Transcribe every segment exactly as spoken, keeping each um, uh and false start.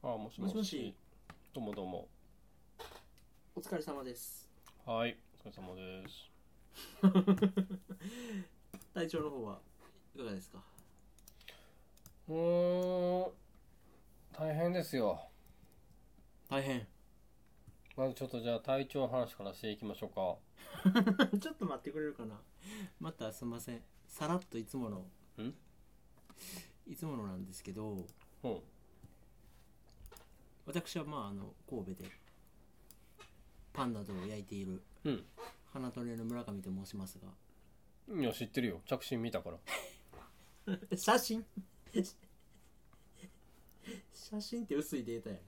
ああ、もしもし。 もしもし。 どうもどうも。 お疲れ様です。 はい、お疲れ様です。 体調の方はいかがですか？ うーん、大変ですよ。 大変。 まずちょっとじゃあ体調の話からしていきましょうか。 ちょっと待ってくれるかな。またすんません。さらっといつものんいつものなんですけど、 うん。 私はまああの神戸でパンなどを焼いているうん。 花トレの村上と申しますいや、知ってるよ。着信見たから。 が、写真写真って薄いデータや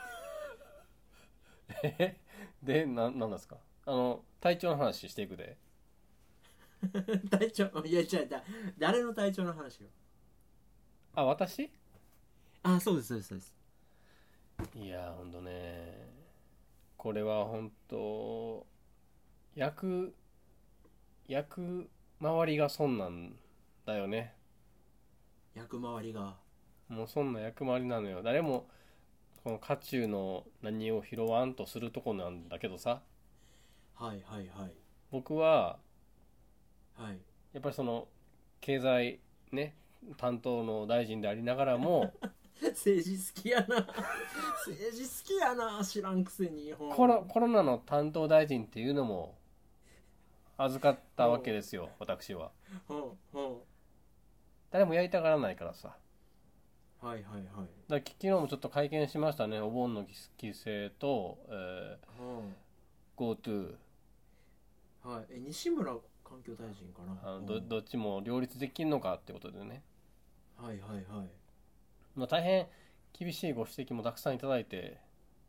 えで、な、なんですかあの、体調の話していくで。 な。体調いや違うだ誰の体調の話よ。 あ、私あ、そうですそうですそうです。 いや、ほんとね。これはほんと、役、役周りがそんなんだよね。 役回りが。 もうそんな役回りなのよ。誰もこの渦中の何を拾わんとするとこなんだけどさ、 はいはいはい僕ははい。 やっぱりその経済ね担当の大臣でありながらも、 政治好きやな。政治好きやな、知らんくせに。ほコロ、コロナの担当大臣っていうのも預かったわけうですよ、私は。 ほうほ誰もやりたがらないからさ。 う。はいはいはい。 だから昨日もちょっと会見しましたね。お盆の規制と、えほー、GoTo、 う。はい。え、西村環境大臣かな。 あのど、 ほどっちも両立できるのかってことでね。 うはいはいはい。 まあ、大変厳しいご指摘もたくさんいただいて、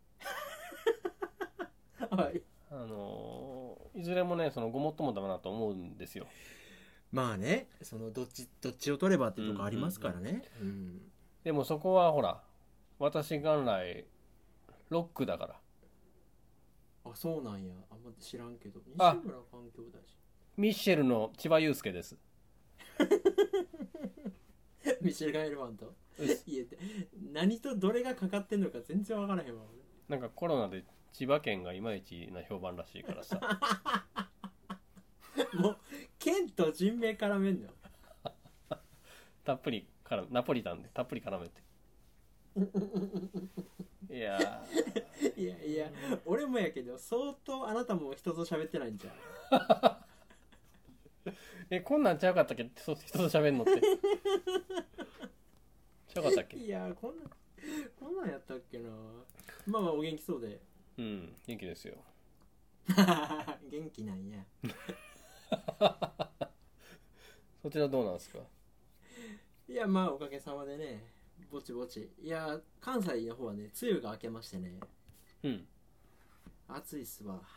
はい。 あのーいずれもね、そのごもっともだなと思うんですよ。 まあね、そのどっちどっちを取ればっていうとこありますからね。うん。 でもそこはほら、私元来ロックだから。 あ、そうなんや。あんま知らんけど。西あ、 村環境大ミッシェルの千葉雄介です。 臣。ミシェルガン・エレファント。 うっすいえって、何とどれがかかってんのか全然わからへんわ。 なんかコロナで千葉県がいまいちな評判らしいからさ。 俺もう、県と人名絡めんの。 たっぷりからナポリタンでたっぷり絡めて。いやいやいや、俺もやけど、相当あなたも人と喋ってないんじゃん。 ーえ、こんなんちゃうかったっけ、人人と喋んのって。ちゃうかったっけ。 いや、こんな、こんなんやったっけな。まあまあ、お元気そうで。 うん、元気ですよ。 元気なんや。 そちらどうなんですか。 いや、まあ、おかげさまでね、ぼちぼち。いや、関西の方はね、梅雨が明けましてね、 うん。 暑いっすわ。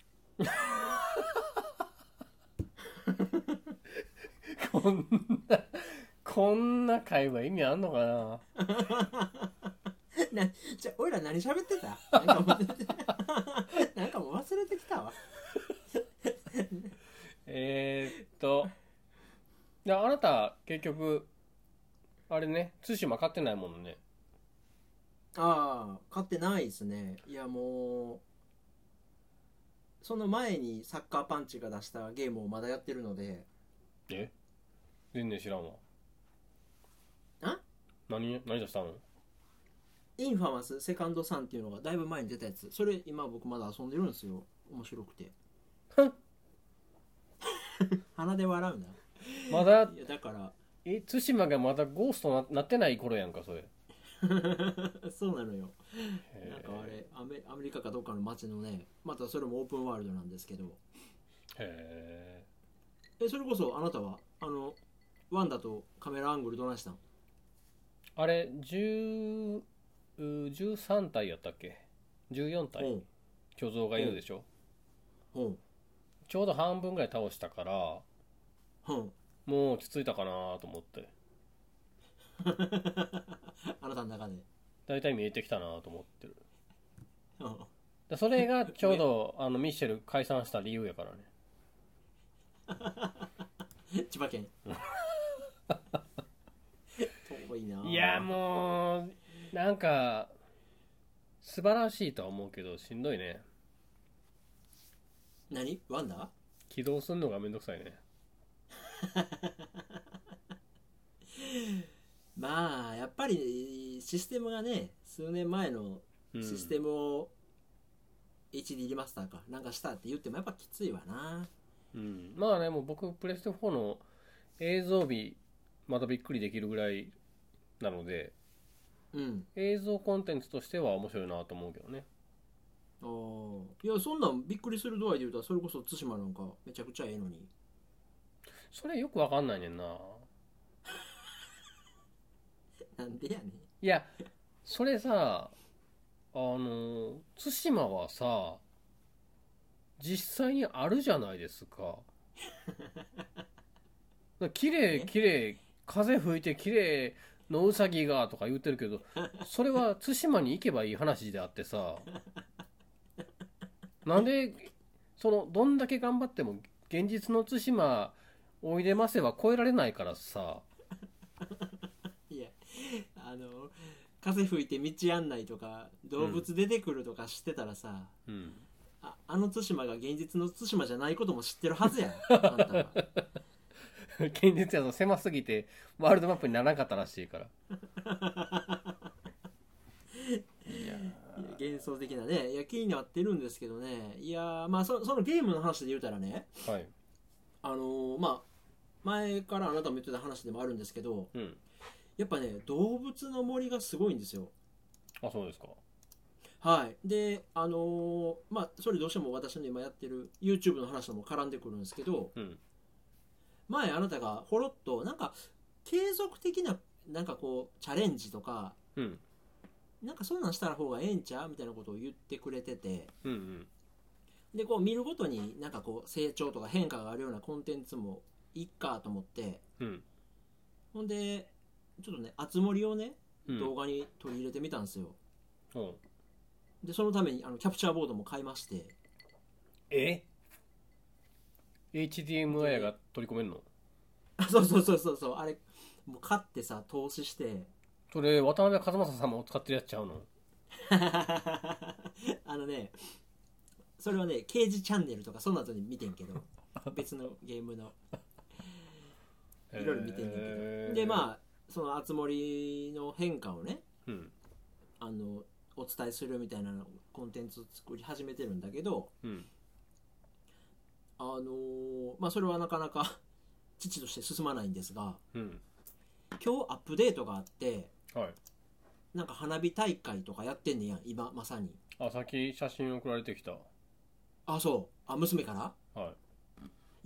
こんな、こんな会話意味あんのかな。 な、じゃあ、俺ら何喋ってたなんかもう、なんかもう忘れてきたわ。 えー、っと、いや、あなた、結局、あれね、対馬買ってないもんね。 ああ、買ってないですね。いや、もう、その前にサッカーパンチが出したゲームをまだやってるので、 え全然知らんわ。 あ何、何出したの。 インファマスセカンドサンっていうのがだいぶ前に出たやつ。それ今僕まだ遊んでるんですよ。面白くて。鼻で笑うな。 まだ、 いやだからえ、対馬がまだゴーストな、なってない頃やんか、それ。 そうなのよ。なんかあへれアメアメリカかどっかの街のね、またそれもオープンワールドなんですけど、 え。 えそれこそあなたはあのワンダとカメラアングルどないしたん？ あれ、じゅう、じゅうさん体やったっけ ?じゅうよん 体ほう巨像がいるでしょ。 ほちょうど半分ぐらい倒したから、 うほう。 もう落ち着いたかなと思って。 あなたの中で。 だいたい見えてきたなと思ってる。 うんでそれがちょうどあのミッシェル解散した理由やからね。 千葉県。遠いな。 いやもうなんか素晴らしいとは思うけどしんどいね。 何ワンダ起動するのがめんどくさいね。 まあやっぱりシステムがね数年前のシステムを エイチディー リマスターかなんかしたって言ってもやっぱきついわな。 うん、まあねもう僕プレステフォーの映像美まだびっくりできるぐらいなので、 うん、 映像コンテンツとしては面白いなと思うけどね。 あいやそんなんびっくりする度合いで言うたらそれこそ対馬なんかめちゃくちゃええのに。 それよくわかんないねんな。 なんでやねん。 いやそれさ、あの対馬はさ実際にあるじゃないですか。綺麗え綺麗風吹いて綺麗のうさぎがとか言ってるけど、それは対馬に行けばいい話であってさ、なんでそのどんだけ頑張っても現実の対馬おいでませは超えられないからさ。 いやあの風吹いて道案内とか動物出てくるとか知ってたらさ、 うん、 あ, あの対馬が現実の対馬じゃないことも知ってるはずやんあんたは。 現実やと狭すぎてワールドマップにならなかったらしいから。いや幻想的なねいや気になってるんですけどね。いやまあ そ, そのゲームの話で言うたらね、 はい、 あのー、まあ前からあなたも言ってた話でもあるんですけど、 うん、 やっぱね動物の森がすごいんですよ。 あそうですか。 はいであのー、まあそれどうしても私の今やってる YouTube の話とも絡んでくるんですけど、 うん、 前あなたがほろっとなんか継続的ななんかこうチャレンジとかうん、 なんかそんなんしたら方がええんちゃうみたいなことを言ってくれてて、 うん、うん、 でこう見るごとになんかこう成長とか変化があるようなコンテンツもいっかと思って、 うん、 ほんでちょっとねあつ森をねうん、 動画に取り入れてみたんですよ。 うん、 でそのためにあのキャプチャーボードも買いまして、 え エイチディーエムアイ が取り込めるの？ あそうそうそうそうそうあれもう買ってさ投資してそれ渡辺和正さんも使ってるやつちゃうの？ あのねそれはね刑事チャンネルとかその後に見てんけど別のゲームのいろいろ見てんねんけど、 へーでまあそのあつ森の変化をね、 うん、 あのお伝えするみたいなコンテンツを作り始めてるんだけど、 うん、 あのーまあそれはなかなか父として進まないんですが、 うん、 今日アップデートがあってはい。 なんか花火大会とかやってんねんや今まさに。 あ、さっき写真送られてきた。 あそうあ娘からはい。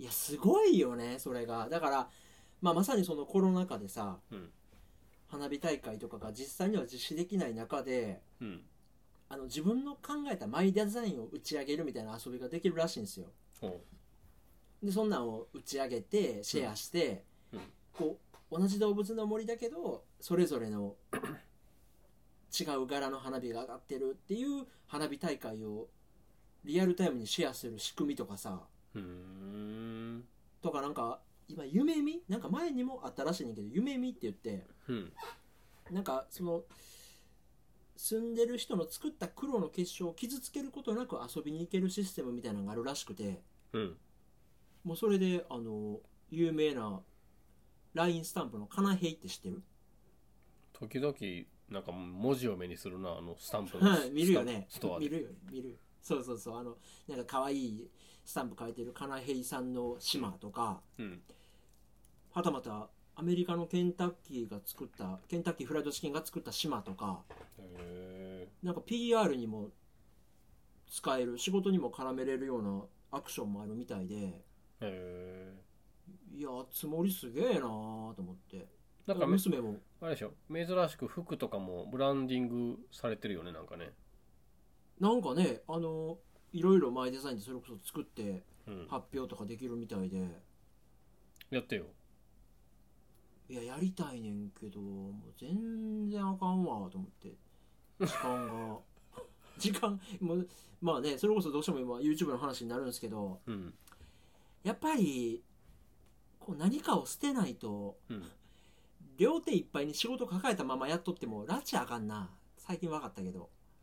いやすごいよねそれが。だから、まあ、まさにそのコロナ禍でさ、 うん、 花火大会とかが実際には実施できない中で、 うん、 あの自分の考えたマイデザインを打ち上げるみたいな遊びができるらしいんですよ。 ほでそんなんを打ち上げてシェアして、 うんうんこう同じ動物の森だけどそれぞれの違う柄の花火が上がってるっていう花火大会をリアルタイムにシェアする仕組みとかさ、 う。うーん。 とかなんか今夢見なんか前にもあったらしいねんけど夢見って言ってうん。 なんかその住んでる人の作った黒の結晶を傷つけることなく遊びに行けるシステムみたいなのがあるらしくて、 うん。 もうそれであの有名な ライン スタンプのカナヘイって知ってる？ 時々、なんか文字を目にするな、あのスタンプのス見るよねストアで。 見るよ見るよそうそうそうあのなんか可愛いスタンプ書いてるカナヘイさんの島とか、 うん。 はたまたアメリカのケンタッキーが作ったケンタッキーフライドチキンが作った島とか、 へなんか ピーアール にも使える仕事にも絡めれるようなアクションもあるみたいで、 え。へいやつもりすげえなーと思って。 え。なんかめ、 娘もあれでしょ、珍しく服とかもブランディングされてるよね、なんかね。 なんかねあのいろいろマイデザインでそれこそ作ってうん。 発表とかできるみたいで、 やってよ。 いややりたいねんけどもう全然あかんわと思って時間が時間もうまあねそれこそどうしても今 YouTube の話になるんですけど、 うん。 やっぱりこう何かを捨てないとうん。 両手いっぱいに仕事抱えたままやっとっても拉致あかんな。最近分かったけど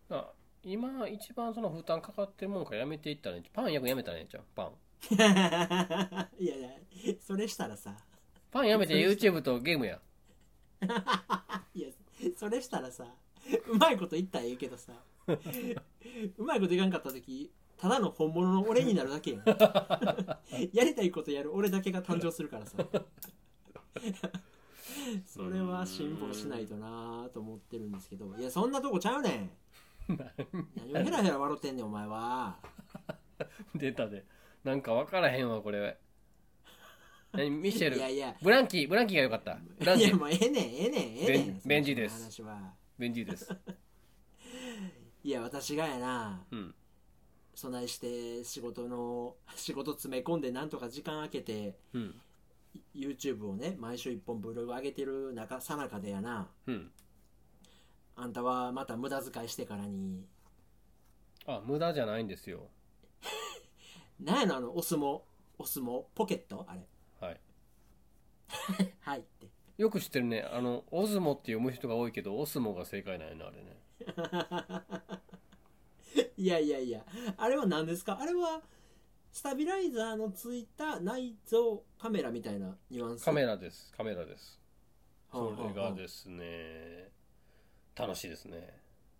あ今一番その負担かかってるもんからやめていったらね、パンやくやめたらええんちゃう？パンいやいやそれしたらさパンやめて YouTube とゲームや。 いやそれしたらさうまいこと言ったらええけどさうまいこといかんかった時ただの本物の俺になるだけやんやりたいことやる俺だけが誕生するからさそれは辛抱しないとなと思ってるんですけど、いやそんなとこちゃうねん何をヘラヘラ笑ってんねんお前は。 出たで。なんか分からへんわこれ。何ミシェルいやいやブランキーブランキーがよかった。ブランいキーやもうええねんええねんええねんベンジですその話は。 ベンジーです。 いや私がやな、 うん備えして仕事の仕事詰め込んでなんとか時間空けてうん YouTube をね毎週いっぽんブログ上げてる中さなかでやな、 うんあんたはまた無駄遣いしてからにあ無駄じゃないんですよ。 なんやのあのお相撲お相撲ポケットあれはいはいってよく知ってるね。あのオズモって読む人が多いけどオスモが正解なんやなあれね。 いやいやいやあれは何ですか？あれはスタビライザーのついた内蔵カメラみたいなニュアンス。 カメラですカメラです。 はあはあはあそれがですね楽しいですね。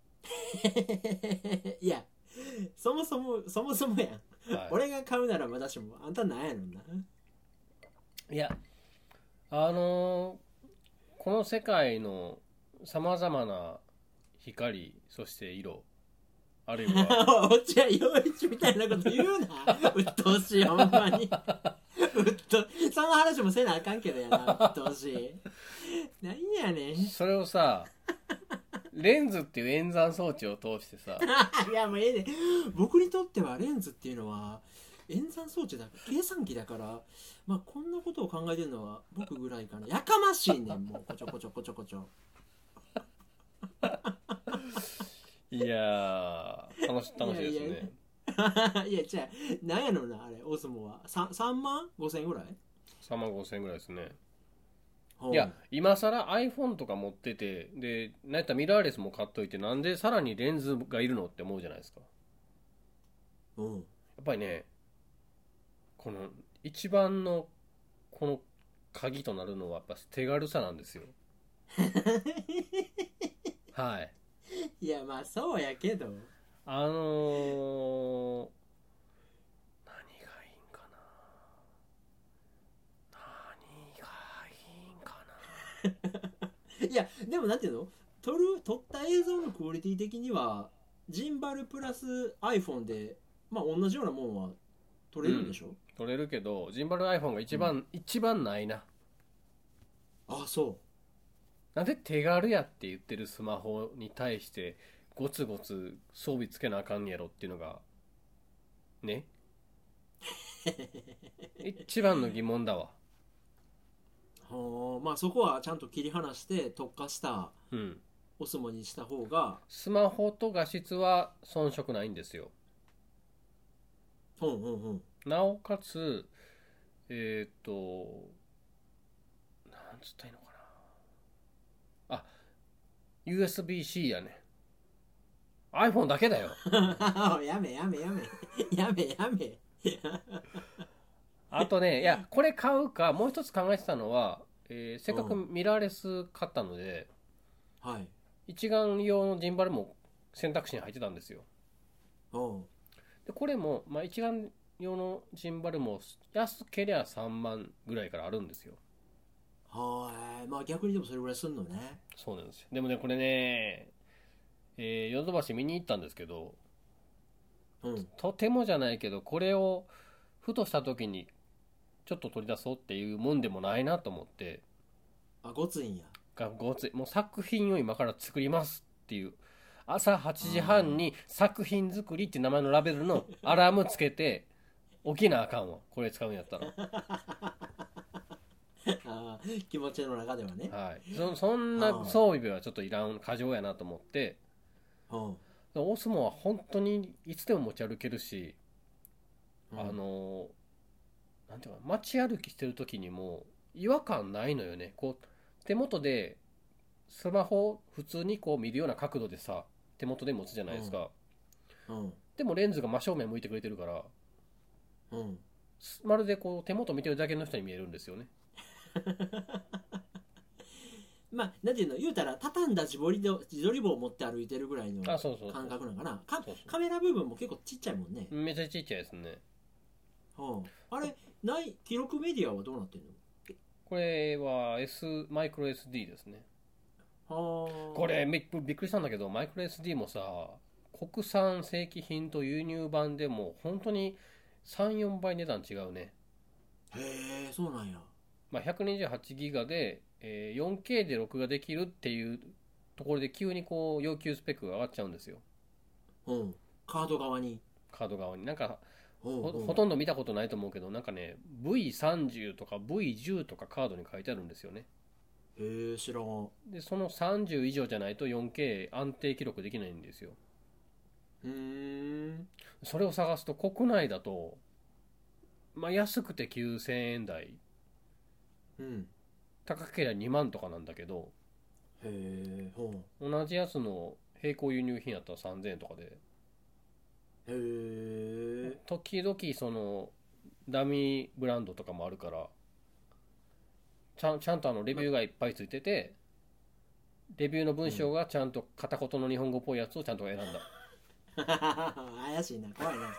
いやそもそもそもそもやん、 はい俺が買うならまだしもあんたなんやろな。 いやあのーこの世界のさまざまな光そして色あるいは落合陽一みたいなこと言うなうっとうしいほんまにうっとその話もせなあかんけどやなうっとうしいなんやねんそれをさレンズっていう演算装置を通してさいやもうええねん僕にとってはレンズっていうのは演算装置だ計算機だから、まあこんなことを考えてるのは僕ぐらいかな。やかましいねんもうこちょこちょこちょこちょ。 いやー楽し楽しいですね。 いやいやじゃあなんやろなあれオスモは 3, 3万ごせんぐらいさんまんごせんぐらいですね。 ほういや今さら iPhone とか持っててでなんやったらミラーレスも買っといてなんでさらにレンズがいるのって思うじゃないですか。 うんやっぱりねこの一番のこの鍵となるのはやっぱ手軽さなんですよ。はいいやまあそうやけどあのー、何がいいんかな何がいいんかいやでもなんていうの撮る撮った映像のクオリティ的にはジンバルプラス iPhone でまあ同じようなもんは撮れるんでしょ、うん、 撮れるけどジンバル iPhone が一番、うん、一番ないな。 あそうなんで手軽やって言ってるスマホに対してゴツゴツ装備つけなあかんやろっていうのがね一番の疑問だわ。 はあまあそこはちゃんと切り離して特化したうんオスモにした方が、 スマホと画質は遜色ないんですよ。 うんうんうんなおかつえっ、ー、となんつったらいいのかなあ ユーエスビー-C やね iPhone だけだよやめやめやめやめやめあとねいやこれ買うかもう一つ考えてたのは、えーせっかくミラーレス買ったので、 うん、はい一眼用のジンバルも選択肢に入ってたんですよ。 うんでこれも、まあ、一眼用のジンバルも安けりゃさんまんぐらいからあるんですよ。 はいまあ逆にでもそれぐらいすんのね。 そうなんですよ。でもねこれね、えー、ヨドバシ見に行ったんですけど、 うん、 とてもじゃないけどこれをふとした時にちょっと取り出そうっていうもんでもないなと思って、 あごついんやがごついもう作品を今から作りますっていう朝はちじはんに作品作りっていう名前のラベルのアラームつけて起きなあかんわこれ使うんやったらあ気持ちの中ではね、 はい、そ, そんな装備はちょっといらん過剰やなと思って、 うんオスモは本当にいつでも持ち歩けるし、うん、あのなんていうか街歩きしてる時にも違和感ないのよね。こう手元でスマホを普通にこう見るような角度でさ手元で持つじゃないですか、 うんでもレンズが真正面向いてくれてるからうんまるでこう手元見てるだけの人に見えるんですよね。 まあなんていうの言うたら畳んだ自撮りで自撮り棒を持って歩いてるぐらいのあそうそうそう感覚なんかな。かそうそうカメラ部分も結構ちっちゃいもんね、 めちゃちっちゃいですね。 うん、あれない記録メディアはどうなってんの？ これは S マイクロ エスディー ですね。 はあこれびっくりしたんだけどマイクロ エスディー もさ国産正規品と輸入版でも本当にさん、よんばい値段違うね。 へえそうなんや。 まあ、ひゃくにじゅうはちギガで、えー よんケー で録画できるっていうところで急にこう要求スペックが上がっちゃうんですよ。 うんカード側にカード側になんかほほ, ほとんど見たことないと思うけどなんかね ブイさんじゅう とか ブイじゅう とかカードに書いてあるんですよね。 へえ知らん。 でそのさんじゅう以上じゃないと よんケー 安定記録できないんですよ。 うーんそれを探すと国内だとまあ安くてきゅうせんえん台うん高ければにまんとかなんだけどへえほう同じやつの並行輸入品やったらさんぜんえんとかでへえ時々そのダミーブランドとかもあるからちゃん、ちゃんとあのレビューがいっぱいついててレビューの文章がちゃんと片言の日本語っぽいやつをちゃんと選んだ。 怪しいな怖いな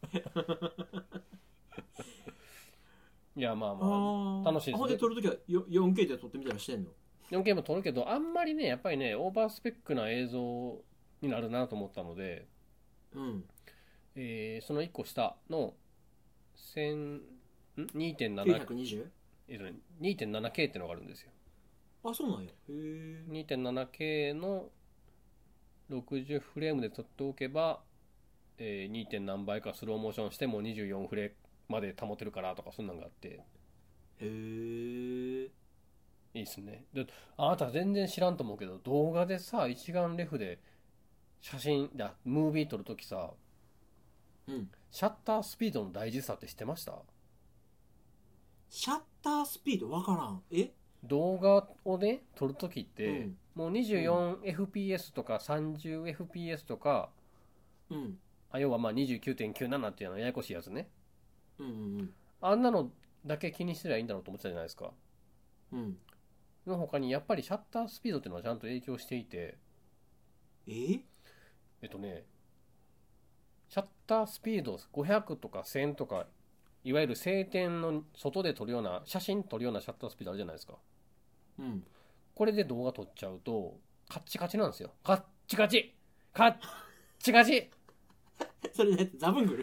いやまあそれまあ楽しいですほんで撮るときは よんケー で撮ってみたりしてんの？ よんケー も撮るけどあんまりねやっぱりねオーバースペックな映像になるなと思ったので、 うんえーそのいっこ下のせんん にてんななきゅうひゃくにじゅう？ えっとね にてんななケー ってのがあるんですよ。 あそうなんやへえにてんななケー のろくじゅうフレームで撮っておけば、えー、に. 点何倍かスローモーションしてもにじゅうよんフレまで保てるからとかそんなんがあってへえいいっすね。であなた全然知らんと思うけど動画でさ一眼レフで写真だムービー撮るときさうんシャッタースピードの大事さって知ってました？ シャッタースピードわからんえ動画をね撮るときって、 うんもう にじゅうよんエフピーエス とか さんじゅうエフピーエス とかうんあ要はまあ にじゅうきゅうてんきゅうなな っていうのはややこしいやつね。 うんうんあんなのだけ気にすればいいんだろうと思ってたじゃないですか。 うんの他にやっぱりシャッタースピードっていうのはちゃんと影響していてええっとねシャッタースピードごひゃくとかせんとかいわゆる晴天の外で撮るような写真撮るようなシャッタースピードあるじゃないですか。 うんこれで動画撮っちゃうとカッチカチなんですよ。カッチカチカッチカチそれねザブングル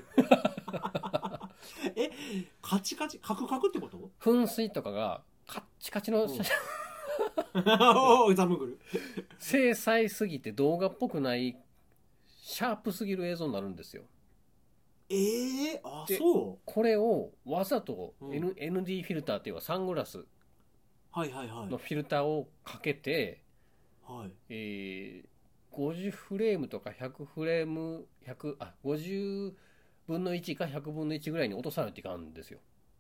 えカチカチカクカクってこと噴水とかがカッチカチの写真おーザブングル精細すぎて動画っぽくないシャープすぎる映像になるんですよ。 ええあでそうこれをわざと N、 うんエヌディー フィルターっていうかサングラスはいはいはいのフィルターをかけて、 はいえーごじゅうフレームとかひゃくフレームひゃくあごじゅうぶんのいちかひゃくぶんのいちぐらいに落とさないといかんんですよ。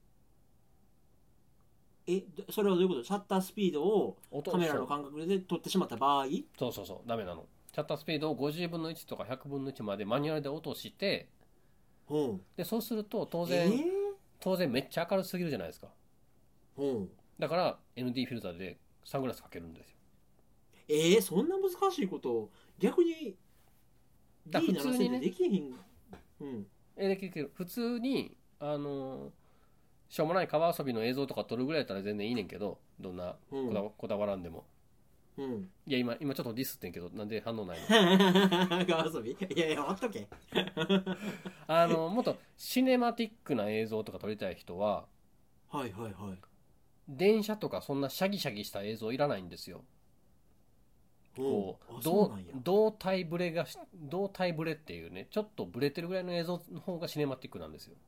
えそれはどういうこと？シャッタースピードを落とカメラの感覚で撮ってしまった場合そうそうそうダメなの。シャッタースピードをごじゅうぶんのいちとかひゃくぶんのいちまでマニュアルで落としてうんでそうすると当え然、 ー当然めっちゃ明るすぎるじゃないですか。 うんだから エヌディー フィルターでサングラスかけるんですよ。 えー、そんな難しいこと逆にだディー ななせん普通にねでできへん、うんえできる普通にあのしょうもない川遊びの映像とか撮るぐらいだったら全然いいねんけどどんなうんこだわこだわらんでもうんいや今今ちょっとディスってんけどなんで反応ないの川遊びいやいや終わっとけあのもっとシネマティックな映像とか撮りたい人ははいはいはい電車とかそんなシャギシャギした映像いらないんですよ。こうあ胴そうなんや胴体ブレがし胴体ブレっていうねちょっとブレてるぐらいの映像の方がシネマティックなんですよ。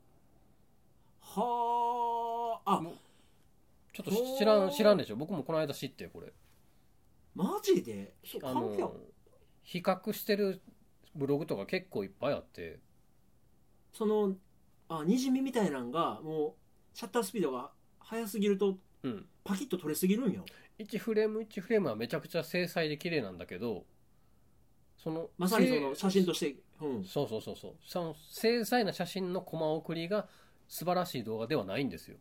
はああもうちょっと知らん知らんでしょ。僕もこの間知ってこれマジでそうあ関係あの比較してるブログとか結構いっぱいあってそのあにじみみたいなんがもうシャッタースピードが速すぎるとうんパキッと取れすぎるんよいちフレームいちフレームはめちゃくちゃ精細で綺麗なんだけどそそのまさにその写真として、うん、 そうそうそうそう、その精細な写真のコマ送りが素晴らしい動画ではないんですよ。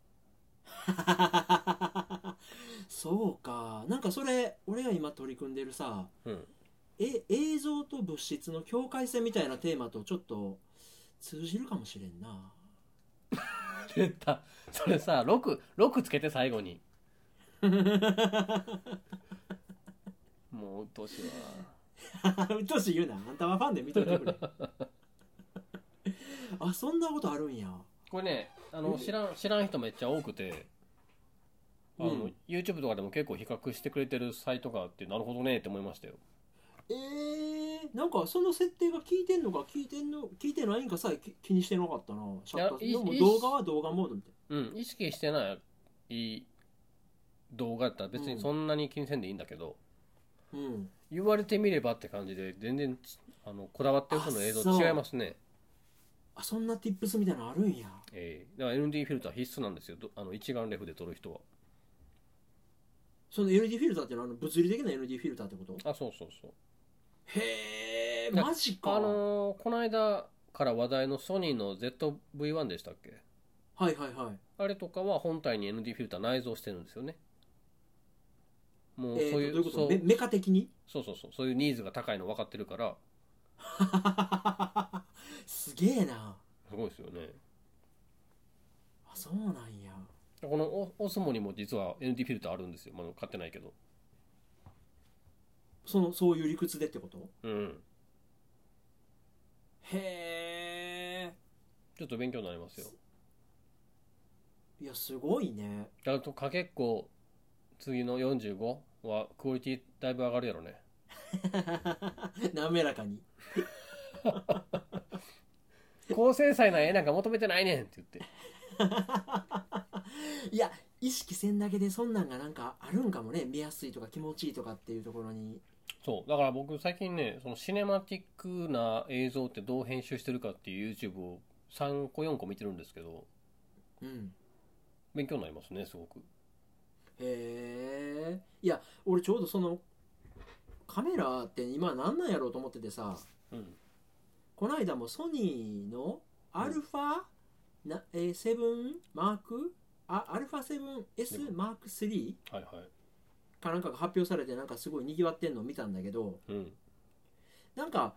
そうか。なんかそれ俺が今取り組んでるさ、 うん、 え映像と物質の境界線みたいなテーマとちょっと通じるかもしれんな。 出た。それさ、ろく、ろくつけて最後に。もううっとうしいわ。 うっとうしい言うな。あんたはファンで見といてくれ。あ、そんなことあるんや。 これね、あの知らん知らん人めっちゃ多くて、あの、 うん、 YouTube とかでも結構比較してくれてるサイトがあって、なるほどねって思いましたよ。 えー、なんかその設定が聞いてんのか聞いてんの聞いてないんかさえき気にしてなかったな。シャッターいやいいでも動画は動画モードみたいうん、意識してない動画だったら別にそんなに気にせんでいいんだけど、 な。うん。 言われてみればって感じで全然あのこだわってる人の映像あそう違いますね。 あ、そんな tips みたいなのあるんや。 えー、だから エヌディー フィルター必須なんですよ、どあの一眼レフで撮る人は。 その エヌディー フィルターってのはあの物理的な エヌディー フィルターってこと？ あ、そうそうそう。 へえ、 だマジか。 あのーこの間から話題のソニーの ゼットブイワン でしたっけ。 はいはいはい。 あれとかは本体に エヌディー フィルター内蔵してるんですよね。もうえーと、 そういうどういうことそうメメカ的に？ そうそうそう、そういうニーズが高いの分かってるから。 すげえな。 すごいですよね。 あ、そうなんや。 このオオスモにも実は エヌディー フィルターあるんですよ。まだ買ってないけど。 そのそういう理屈でってこと？ うん。 へえ。 ちょっと勉強になりますよ。 いや、すごいね。 あとかけっこ次のよんじゅうごはクオリティだいぶ上がるやろね。 滑らかに。 高精細な絵なんか求めてないねんって言って。 いや、意識せんだけでそんなんがなんかあるんかもね。見やすいとか気持ちいいとかっていうところに。 そうだから僕最近ね、そのシネマティックな映像ってどう編集してるかっていう YouTube をさんこよんこ見てるんですけど、 うん。 勉強になりますね、すごく。 へえ。いや、俺ちょうどそのカメラって今なんなんやろうと思っててさ、 うん。 この間もソニーのアルファ、なえー、セブンマークあアルファ セブンエス マークスリーはいはい。 かなんかが発表されてなんかすごい賑わってんのを見たんだけど、 うん。 なんか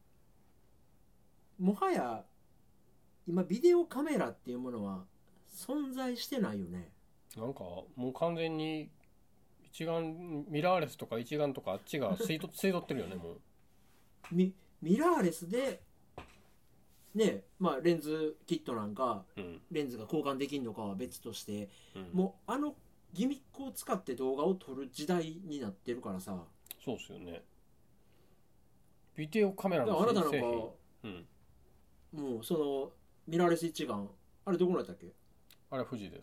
もはや今ビデオカメラっていうものは存在してないよね。 なんかもう完全に一眼ミラーレスとか一眼とかあっちが吸い取吸い取ってるよね、もう。 ミミラーレスでね、まあレンズキットなんかうん。 レンズが交換できるのかは別として、 うん。 もうあのギミックを使って動画を撮る時代になってるからさ。 そうっすよね。ビデオカメラのだからあなたなんか新製品。うん。 もうそのミラーレス一眼あれどこのやったっけ？ あれ富士です。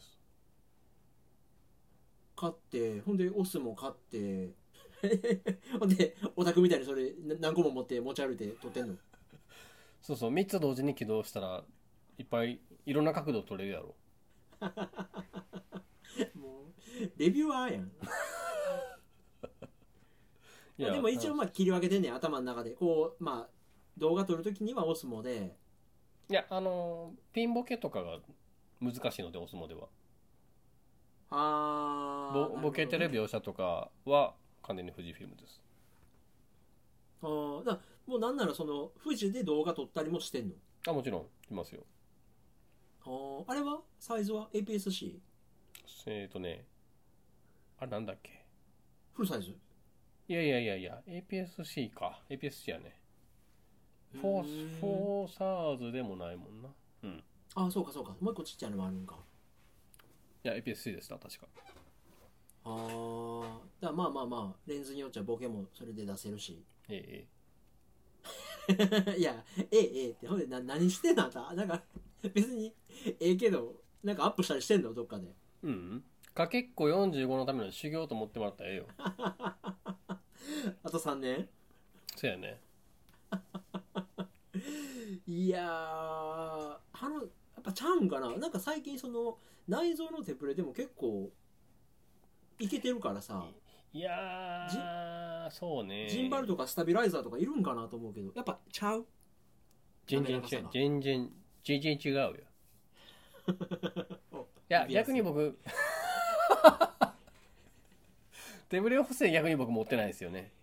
買ってほんでオスも買ってほんでオタクみたいにそれな何個も持って持ち歩いて撮ってんの？ そうそう、みっつ同時に起動したらいっぱいいろんな角度撮れるやろ。 もうレビュアーやん。 いやでも一応まあ切り分けてんねん頭の中でこうまあ動画撮るときにはオスモで。 いや、あのーピンボケとかが難しいので、オスモでは。 あーボボケてる描写とかは完全に富士フィルムです。 あーだもうなんならその富士で動画撮ったりもしてんの？ あ、もちろんいますよ。 あーあれはサイズは エーピーエスシー？ えーとね、あれなんだっけ。 フルサイズ？ いやいやいやいや、エーピーエスシー か。エーピーエスシー やね。フォース、フォーサーズでもないもんな。うん。いああそうかそうか、もう一個ちっちゃいのもあるんか。 や、エーピーエスシー でした、確か。 ああだからまあまあまあレンズによっちゃボケもそれで出せるし。 えいやええええってほんでな何してんのあんたなんか別にええけどなんかアップしたりしてんのどっかで？ えうん。かけっこよんじゅうごのための修行と思ってもらったらええよ。 あとさんねん。 そうやね。 いやーあのやっぱちゃうんかな。なんか最近その内蔵のテプレでも結構いけてるからさ。 いやーそうね、 ジンバルとかスタビライザーとかいるんかなと思うけど、やっぱちゃう。 全然違う、全然全然違うよ。いおや逆に僕手ブレ補正逆に僕持ってないですよね。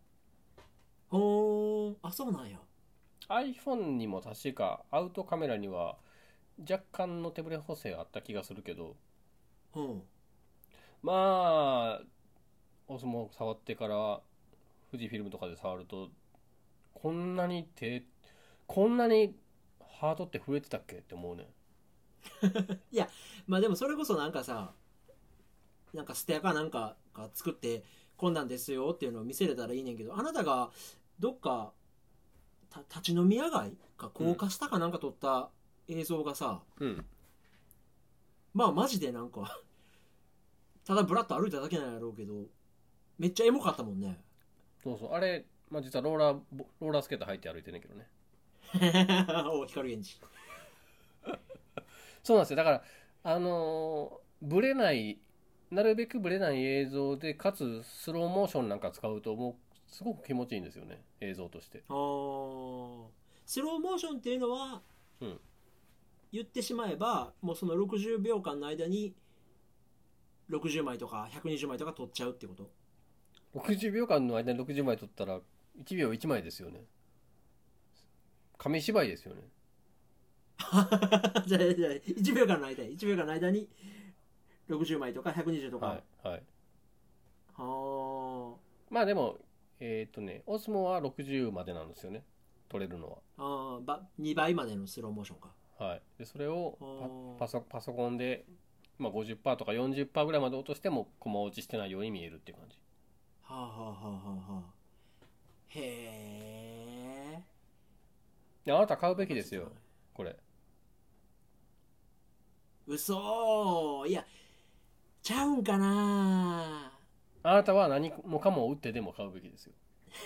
ほー、あ、そうなんや。 iPhone にも確かアウトカメラには若干の手ブレ補正あった気がするけど、 うん。 まあオスモ触ってから富士フィルムとかで触ると、こんなに手こんなにハートって震えてたっけって思うね。 いや、まあでもそれこそなんかさ、なんかステアかなんかが作ってこんなんですよっていうのを見せれたらいいねんけど、あなたがどっかた立ち飲み屋街か高架下かなんか撮った映像がさ、 うん、 まあマジでなんかただブラッと歩いただけなんやろうけど、めっちゃエモかったもんね。 そうそう、あれ、まあ、実はローラーローラースケート履いて歩いてんねんけどね。 お光源氏。 そうなんですよ。だからあのーブレない、なるべくブレない映像で、かつスローモーションなんか使うともうすごく気持ちいいんですよね、映像として。 あー、スローモーションっていうのはうん、 言ってしまえばもうそのろくじゅうびょうかんの間にろくじゅうまいとかひゃくにじゅうまいとか撮っちゃうってこと？ ろくじゅうびょうかんの間にろくじゅうまい撮ったらいちびょういちまいですよね。紙芝居ですよね。 じゃあじゃあいちびょうかんの間いちびょうかんの間にろくじゅうまいとかひゃくにじゅうとか。 はいはい。 はまあでもえーっとねオスモはろくじゅうまでなんですよね、撮れるのあ、あばにばいまでのスローモーションか。 は。はい。でそれをはパパソパソコンで、まあ、ごじゅっパーセントとかよんじゅっパーセントぐらいまで落としてもコマ落ちしてないように見えるっていう感じ。 あはあはあはあはあ。へえ。 であなた買うべなんかちょっときですよこれ。 嘘ー、いや、ちゃうんかな。 あなたは何もかも打ってでも買うべきですよ。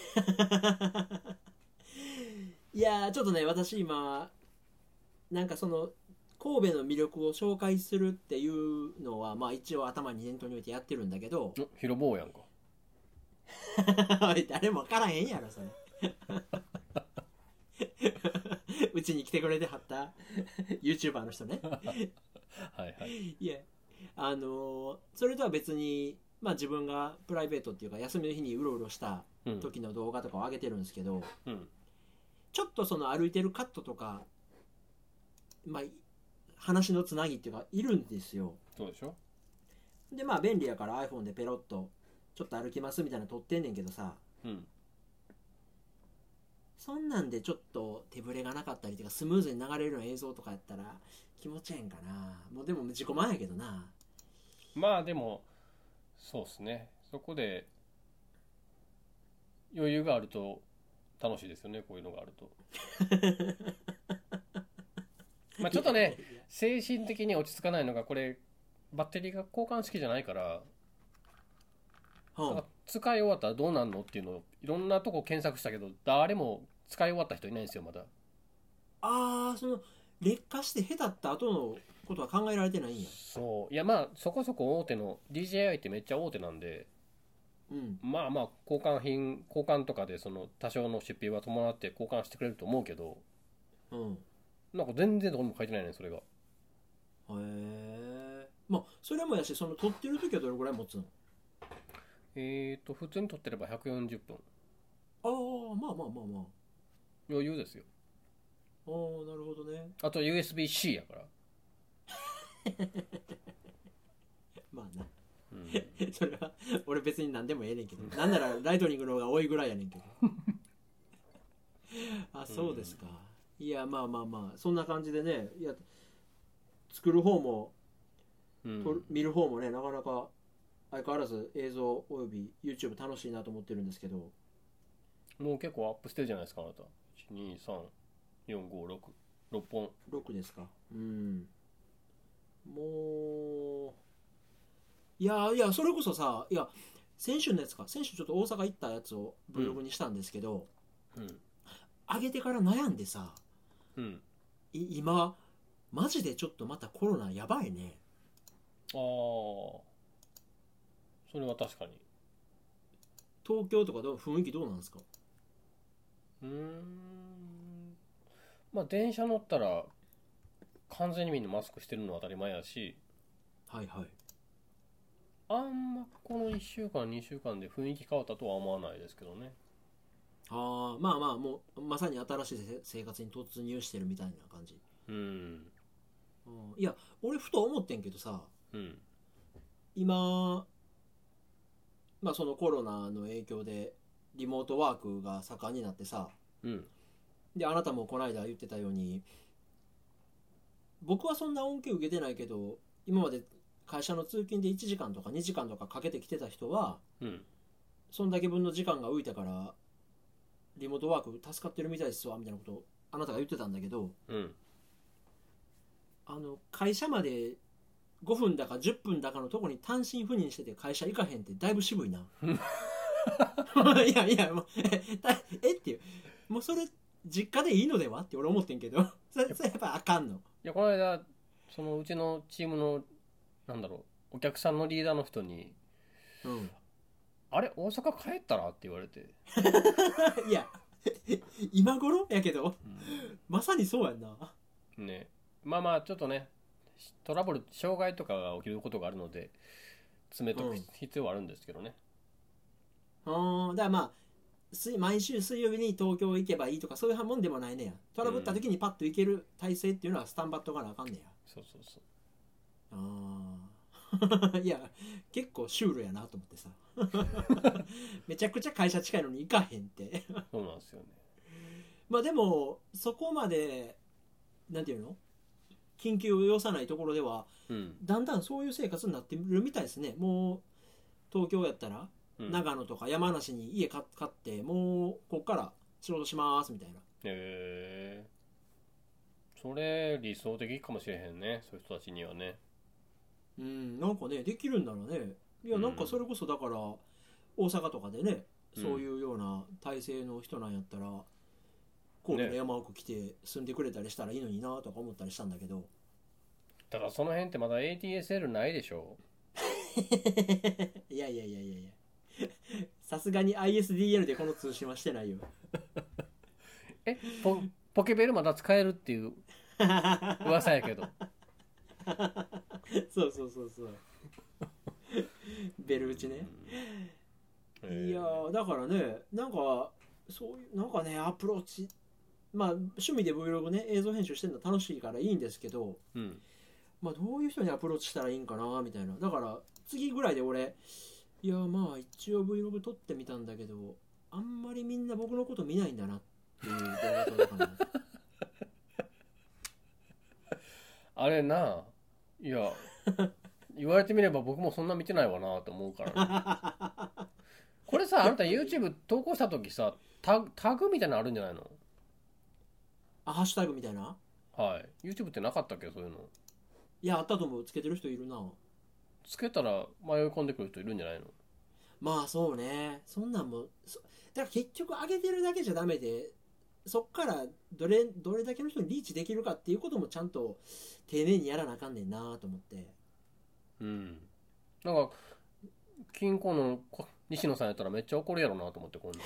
いや、ちょっとね、私今なんかその神戸の魅力を紹介するっていうのはまあ一応頭に念頭に置いてやってるんだけど、 お広坊やんか。 誰も分からへんやろそれ。うちに来てくれてはった YouTuber の人ね。 はいはい。 いや、あのーそれとは別に、まあ、自分がプライベートっていうか休みの日にうろうろしたうん時の動画とかを上げてるんですけど、 うんちょっとその歩いてるカットとか、まあ、話のつなぎっていうかいるんですよ。 そうでしょ。 でまあ便利やから iPhone でペロッとちょっと歩きますみたいなの撮ってんねんけどさ、 うんそんなんでちょっと手ぶれがなかったりとかスムーズに流れるような映像とかやったら気持ちええんかな。もうでも自己満やけどな。 まあでもそうっすね、そこで余裕があると楽しいですよね、こういうのがあると。まあちょっとね、精神的に落ち着かないのが、これバッテリーが交換式じゃないから、 はなんか使い終わったらどうなんのっていうのをいろんなとこ検索したけど、誰も使い終わった人いないんですよまだ。 あ、あー、その劣化してへたった後のことは考えられてないんや。 そういや、まあそこそこ大手の ディージェーアイ ってめっちゃ大手なんで、 うん。 まあまあ交換品交換とかでその多少の出費は伴って交換してくれると思うけど、 うん。 なんか全然どこにも書いてないねそれが。 へえ。まあそれもやし、その撮ってる時はどれぐらい持つの？ えーと普通に撮ってればひゃくよんじゅっぷん、 ああ、まあまあまあまあ。 余裕ですよ。 ああ、なるほどね。 あと ユーエスビーシー やから。 まあな。 うん、 それは俺別に何でもええねんけど、なんならライトニングの方が多いぐらいやねんけど。あ、そうですか。いや、まあまあまあそんな感じでね、いや作る方も撮るうん、 見る方もね、なかなか相変わらず映像および YouTube 楽しいなと思ってるんですけど。 もう結構アップしてるじゃないですかあなた。いちにさんよんごろくろっぽん。 ろくですか。うん。もういやいや、それこそさ、いや先週のやつか、先週ちょっと大阪行ったやつを Vlog にしたんですけど、 うん上げてから悩んでさ、 うんい今マジでちょっとまたコロナやばいね。 ああ、それは確かに。 東京とかどう雰囲気どうなんですか？ うーんまあ電車乗ったら完全にみんなマスクしてるのは当たり前やし、 はいはい。 あんまこのいっしゅうかんにしゅうかんで雰囲気変わったとは思わないですけどね。 ああ、まあまあ、もうまさに新しいせ生活に突入してるみたいな感じ。 うんうんいや俺ふと思ってんけどさ、 うん今、まあ、そのコロナの影響でリモートワークが盛んになってさ、 うんであなたもこの間言ってたように、僕はそんな恩恵受けてないけど、今まで会社の通勤でいちじかんとかにじかんとかかけてきてた人は、 うんそんだけ分の時間が浮いたからリモートワーク助かってるみたいですわみたいなことをあなたが言ってたんだけど、 うんあの会社までごふんだかじゅっぷんだかのとこに単身赴任してて会社行かへんってだいぶ渋いな。いやいやもうえだえっていう、もうそれ実家でいいのではって俺思ってんけど、それそれやっぱあかんの？ いやこの間そのうちのチームのなんだろうお客さんのリーダーの人にうんあれ大阪帰ったらって言われて、 いや今頃やけどうまさにそうやんな。 ん、ねまあまあちょっとねトラブル障害とかが起きることがあるので詰めとくうん必要はあるんですけどね。 ああ、だからまあ水毎週水曜日に東京行けばいいとかそういうもんでもないねや。トラブった時にパッと行ける体制っていうのはスタンバっとかなあかんねや。 そうそうそうああいや結構シュールやなと思ってさめちゃくちゃ会社近いのに行かへんってそうなんですよね。 まあでもそこまでなんていうの緊急を要さないところではうんだんだんそういう生活になってるみたいですね。もう東京やったらうん長野とか山梨に家買ってもうこっから仕事しますみたいな。 へえそれ理想的かもしれへんね、そういう人たちにはね。 うんなんかねできるんならね、いやうんなんかそれこそだから大阪とかでねうんそういうような体制の人なんやったら神戸の山奥来て住んでくれたりしたらいいのになとか思ったりしたんだけどただその辺ってまだ エーティーエスエル ないでしょ。 いやいやいやいやいやさすがに アイエスディーエル でこの通信はしてないよえポポケベルまだ使えるっていう噂やけどそうそうそうそうベル打ちね。いやーだからねなんかそういうなんかねアプローチまあ趣味で Vlog ね映像編集してるの楽しいからいいんですけど、 うんまあどういう人にアプローチしたらいいんかなみたいな。だから次ぐらいで俺いやまあ一応 Vlog 撮ってみたんだけどあんまりみんな僕のこと見ないんだなっていう動画撮ろうかなあれないや言われてみれば僕もそんな見てないわなと思うからね。これさあなた YouTube 投稿した時さタタグみたいなのあるんじゃないの？ あハッシュタグみたいな。 はい YouTube ってなかったっけそういうの。 いやあったと思う。つけてる人いるな。 つけたら迷い込んでくる人いるんじゃないの？ まあそうねそんなんもそだから結局上げてるだけじゃダメでそっからどれどれだけの人にリーチできるかっていうこともちゃんと丁寧にやらなあかんねんなと思って。 うんなんか金庫の西野さんやったらめっちゃ怒るやろなと思って今度。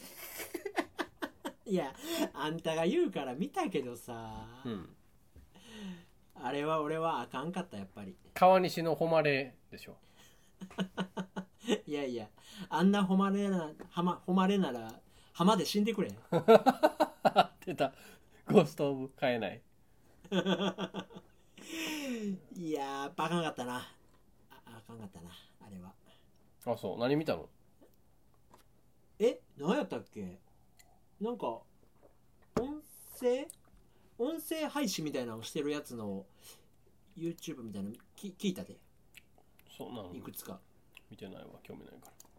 いやあんたが言うから見たけどさ、 うん、 あれは俺はあかんかったやっぱり。 川西の誉れでしょ。 いやいやあんな誉れな浜誉れなら浜で死んでくれ出たゴースト・オブ買えない。 いやーバカんかったな あ, あかんかったなあれは。 あそう何見たの？ え何やったっけなんか音声音声配信みたいなのをしてるやつの YouTube みたいなのき聞いたでそうなのいくつか。 見てないわ興味ない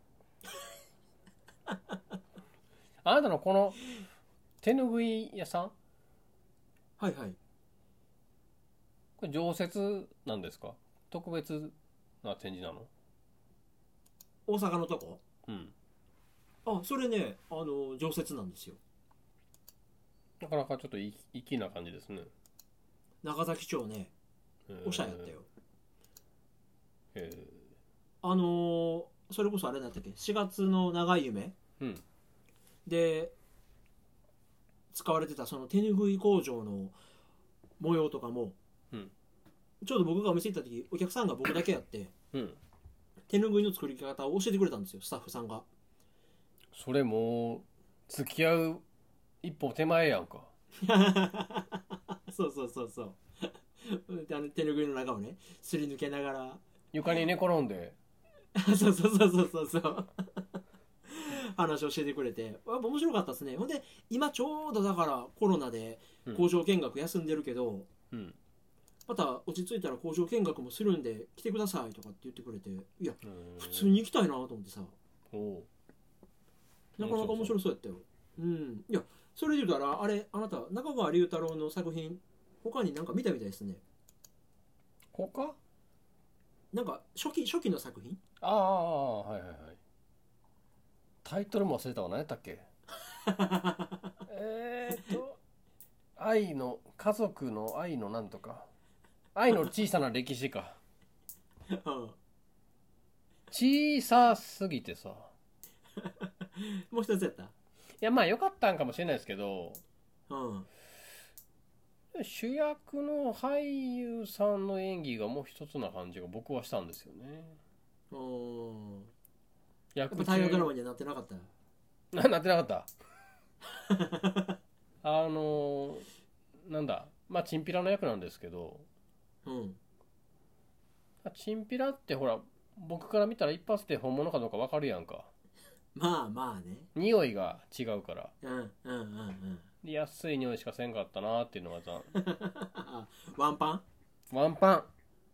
からあなたのこの手ぬぐい屋さんはいはい。 これ常設なんですか？特別な展示なの？ 大阪のとこうんあそれねあの常設なんですよ。 なかなかちょっと粋な感じですね。 中崎町ねおしゃれやったよ。 へえあのーそれこそあれだったっけ、しがつの長い夢うんで使われてたその手ぬぐい工場の模様とかも、 うん、 ちょうど僕がお店行った時お客さんが僕だけやってうん手ぬぐいの作り方を教えてくれたんですよ、スタッフさんが。 それもう付き合う一歩手前やんか。 そうそうそうそうであの手ぬぐいの中をねすり抜けながら床に寝転んで。 そうそうそうそうそうそう話を教えてくれてやっぱ面白かったですね。ほんで今ちょうどだからコロナで工場見学休んでるけど、 うん、 また落ち着いたら工場見学もするんで来てくださいとかって言ってくれて、いやうん普通に行きたいなと思ってさ、 おなかなか面白そうやったよ。うん、いやそれで言うたらあれあなた中川龍太郎の作品他になんか見たみたいですね。 他なんか初期初期の作品ああはいはいはい。タイトルも忘れたわ。何やったっけ。えーっと愛の家族の愛のなんとか愛の小さな歴史か。 うん小さすぎてさ。 もう一つやった。 いやまあ良かったんかもしれないですけど、 うん主役の俳優さんの演技がもう一つな感じが僕はしたんですよね。 うんやっ役ぱ大河ドラマにはなってなかった。 ななってなかったあのなんだまあチンピラの役なんですけど、 うんチンピラってほら僕から見たら一発で本物かどうか分かるやんか。 まあまあね。 匂いが違うから。 うんうんうんうん安い匂いしかせんかったなっていうのがさワンパンワンパン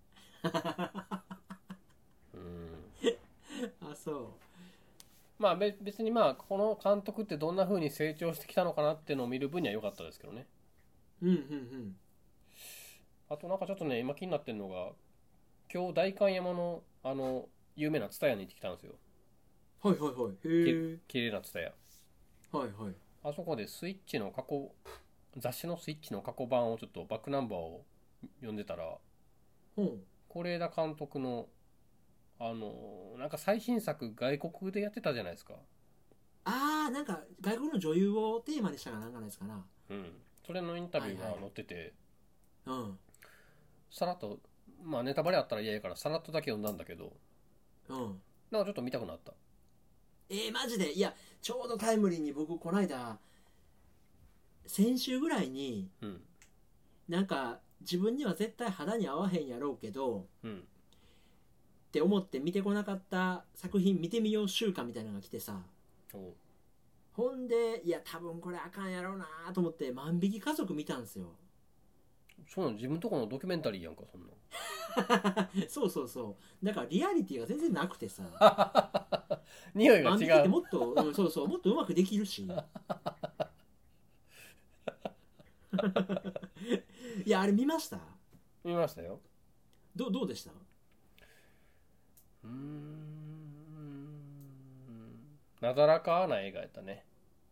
うんあそまあべ別にまあこの監督ってどんな風に成長してきたのかなっていうのを見る分には良かったですけどね。 う。うんうんうんあとなんかちょっとね今気になってるのが、今日代官山のあの有名なツタヤに行ってきたんですよ。 はいはいはい。へえ。 きれいなツタヤ。 はいはい。 あそこでスイッチの過去雑誌のスイッチの過去版をちょっとバックナンバーを読んでたら、 ほう。 是枝監督のあのなんか最新作外国でやってたじゃないですか。 ああ、なんか外国の女優をテーマにしたかなんかないですかな。 うん。それのインタビューが載ってて、 はいはい、 さらっとまあネタバレあったら嫌やからさらっとだけ読んだんだけど、 うん。うん。 なんかちょっと見たくなった。 えー、マジでいや、ちょうどタイムリーに僕この間、先週ぐらいに、 うん。 なんか自分には絶対肌に合わへんやろうけど、 うん。 って思って見てこなかった作品見てみよう週間みたいなのが来てさ、 おほんでいや多分これあかんやろうなと思って万引き家族見たんですよ。 そうなの自分とこのドキュメンタリーやんかそんなそうそうそうだからリアリティが全然なくてさ匂いが万引きって違う。 もっと、うん、そうそうもっとうまくできるしいやあれ見ました。 見ましたよ。 どどうでした。 うーんなだらかな映画やったね。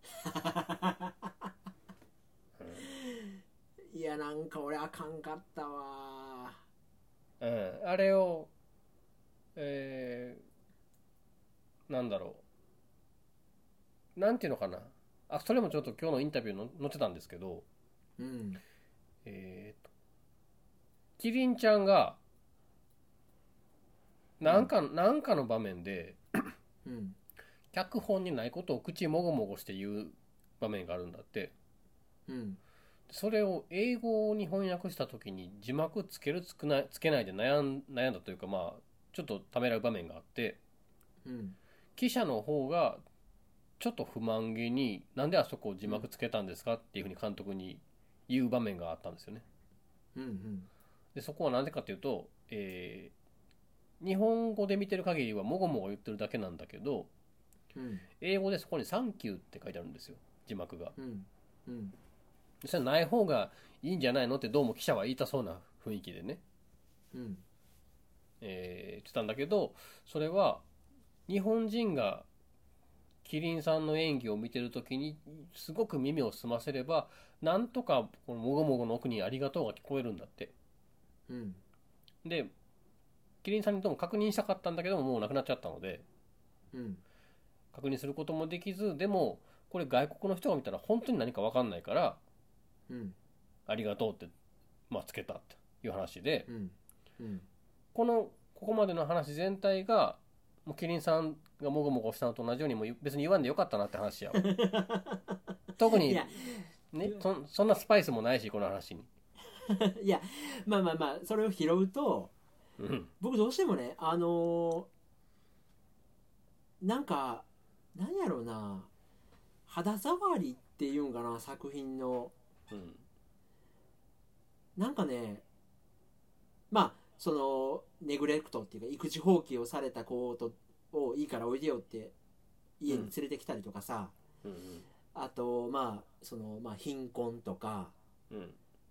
いやなんか俺あかんかったわ。 うん、あれをえー、なんだろうなんていうのかな。あそれもちょっと今日のインタビューの載ってたんですけど、 うんえーとキリンちゃんがなんか、うん、なんかの場面で、 うん、 脚本にないことを口もごもごして言う場面があるんだって、 うん、 それを英語に翻訳した時に字幕つけるつけないつけないで悩ん、悩んだというか、まあちょっとためらう場面があって、 うん、 記者の方がちょっと不満げになんであそこを字幕つけたんですかっていうふうに監督に言う場面があったんですよね。 うんうんでそこはなぜかというと、えー日本語で見てる限りはもごもご言ってるだけなんだけど、 うん英語でそこにサンキューって書いてあるんですよ、字幕が。 うんうんそれない方がいいんじゃないのってどうも記者は言いたそうな雰囲気でね、 うんえー言ってたんだけど、それは日本人がキリンさんの演技を見てるときにすごく耳を澄ませればなんとかこのもごもごの奥にありがとうが聞こえるんだって。 うんでキリンさんにどうも確認したかったんだけどももうなくなっちゃったので、 うん確認することもできず、でもこれ外国の人が見たら本当に何か分かんないからうんありがとうって、まあ、つけたっていう話で、 うんうんこのここまでの話全体がもうキリンさんがもごもごしたのと同じようにもう別に言わんでよかったなって話やわ特にいやね、そそんなスパイスもないしこの話に。 いやまあまあまあそれを拾うとうん僕どうしてもねあのーなんか何やろうな肌触りっていうんかな作品のうんなんかねまあそのネグレクトっていうか育児放棄をされた子とをいいからおいでよって家に連れてきたりとかさ、 うんあとまあそのまあ貧困とかうん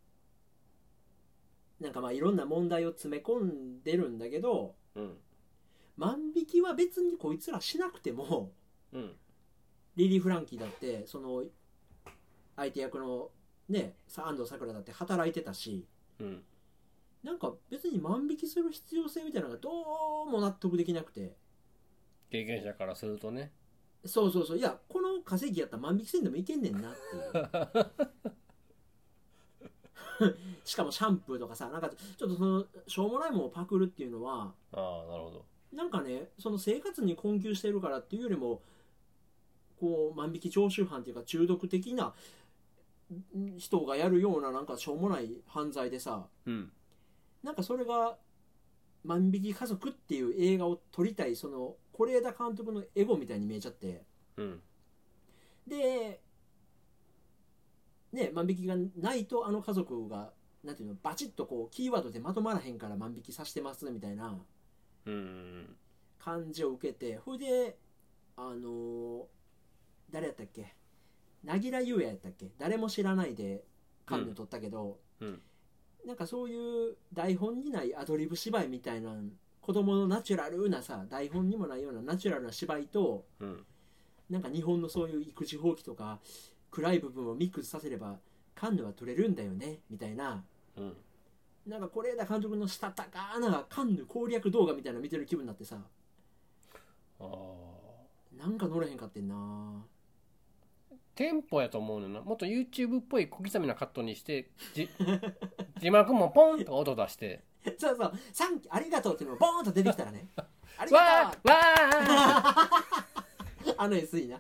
なんかまあいろんな問題を詰め込んでるんだけどうん万引きは別にこいつらしなくてもうんリリー・フランキーだってその相手役のね安藤サクラだって働いてたしうんなんか別に万引きする必要性みたいなのがどうも納得できなくて経験者からするとね。 そうそうそういやこの稼ぎやったら万引きせんでもいけんねんなっていうしかもシャンプーとかさなんかちょっとそのしょうもないものをパクるっていうのはああなるほど。 なんかねその生活に困窮してるからっていうよりもこう万引き常習犯っていうか中毒的な人がやるようななんかしょうもない犯罪でさうんなんかそれが万引き家族っていう映画を撮りたいその是枝監督のエゴみたいに見えちゃってうんでね万引きがないとあの家族がなんていうのバチッとこうキーワードでまとまらへんから万引きさせてますみたいなうん感じを受けてほいであのー誰やったっけ凪良優也やったっけ誰も知らないでカンヌ取ったけど、 うんなんかそういう台本にないアドリブ芝居みたいな子供のナチュラルなさ台本にもないようなナチュラルな芝居とうんなんか日本のそういう育児放棄とか暗い部分をミックスさせればカンヌは撮れるんだよねみたいなうんなんか是枝監督のしたたかなカンヌ攻略動画みたいなの見てる気分になってさああなんか乗れへんかってんなテンポやと思うねんな。もっと YouTube っぽい小刻みなカットにしてじ字幕もポンと音出してそうそうサンキューありがとうっていうのがボーンと出てきたらねありわがとうーわーあの エスイー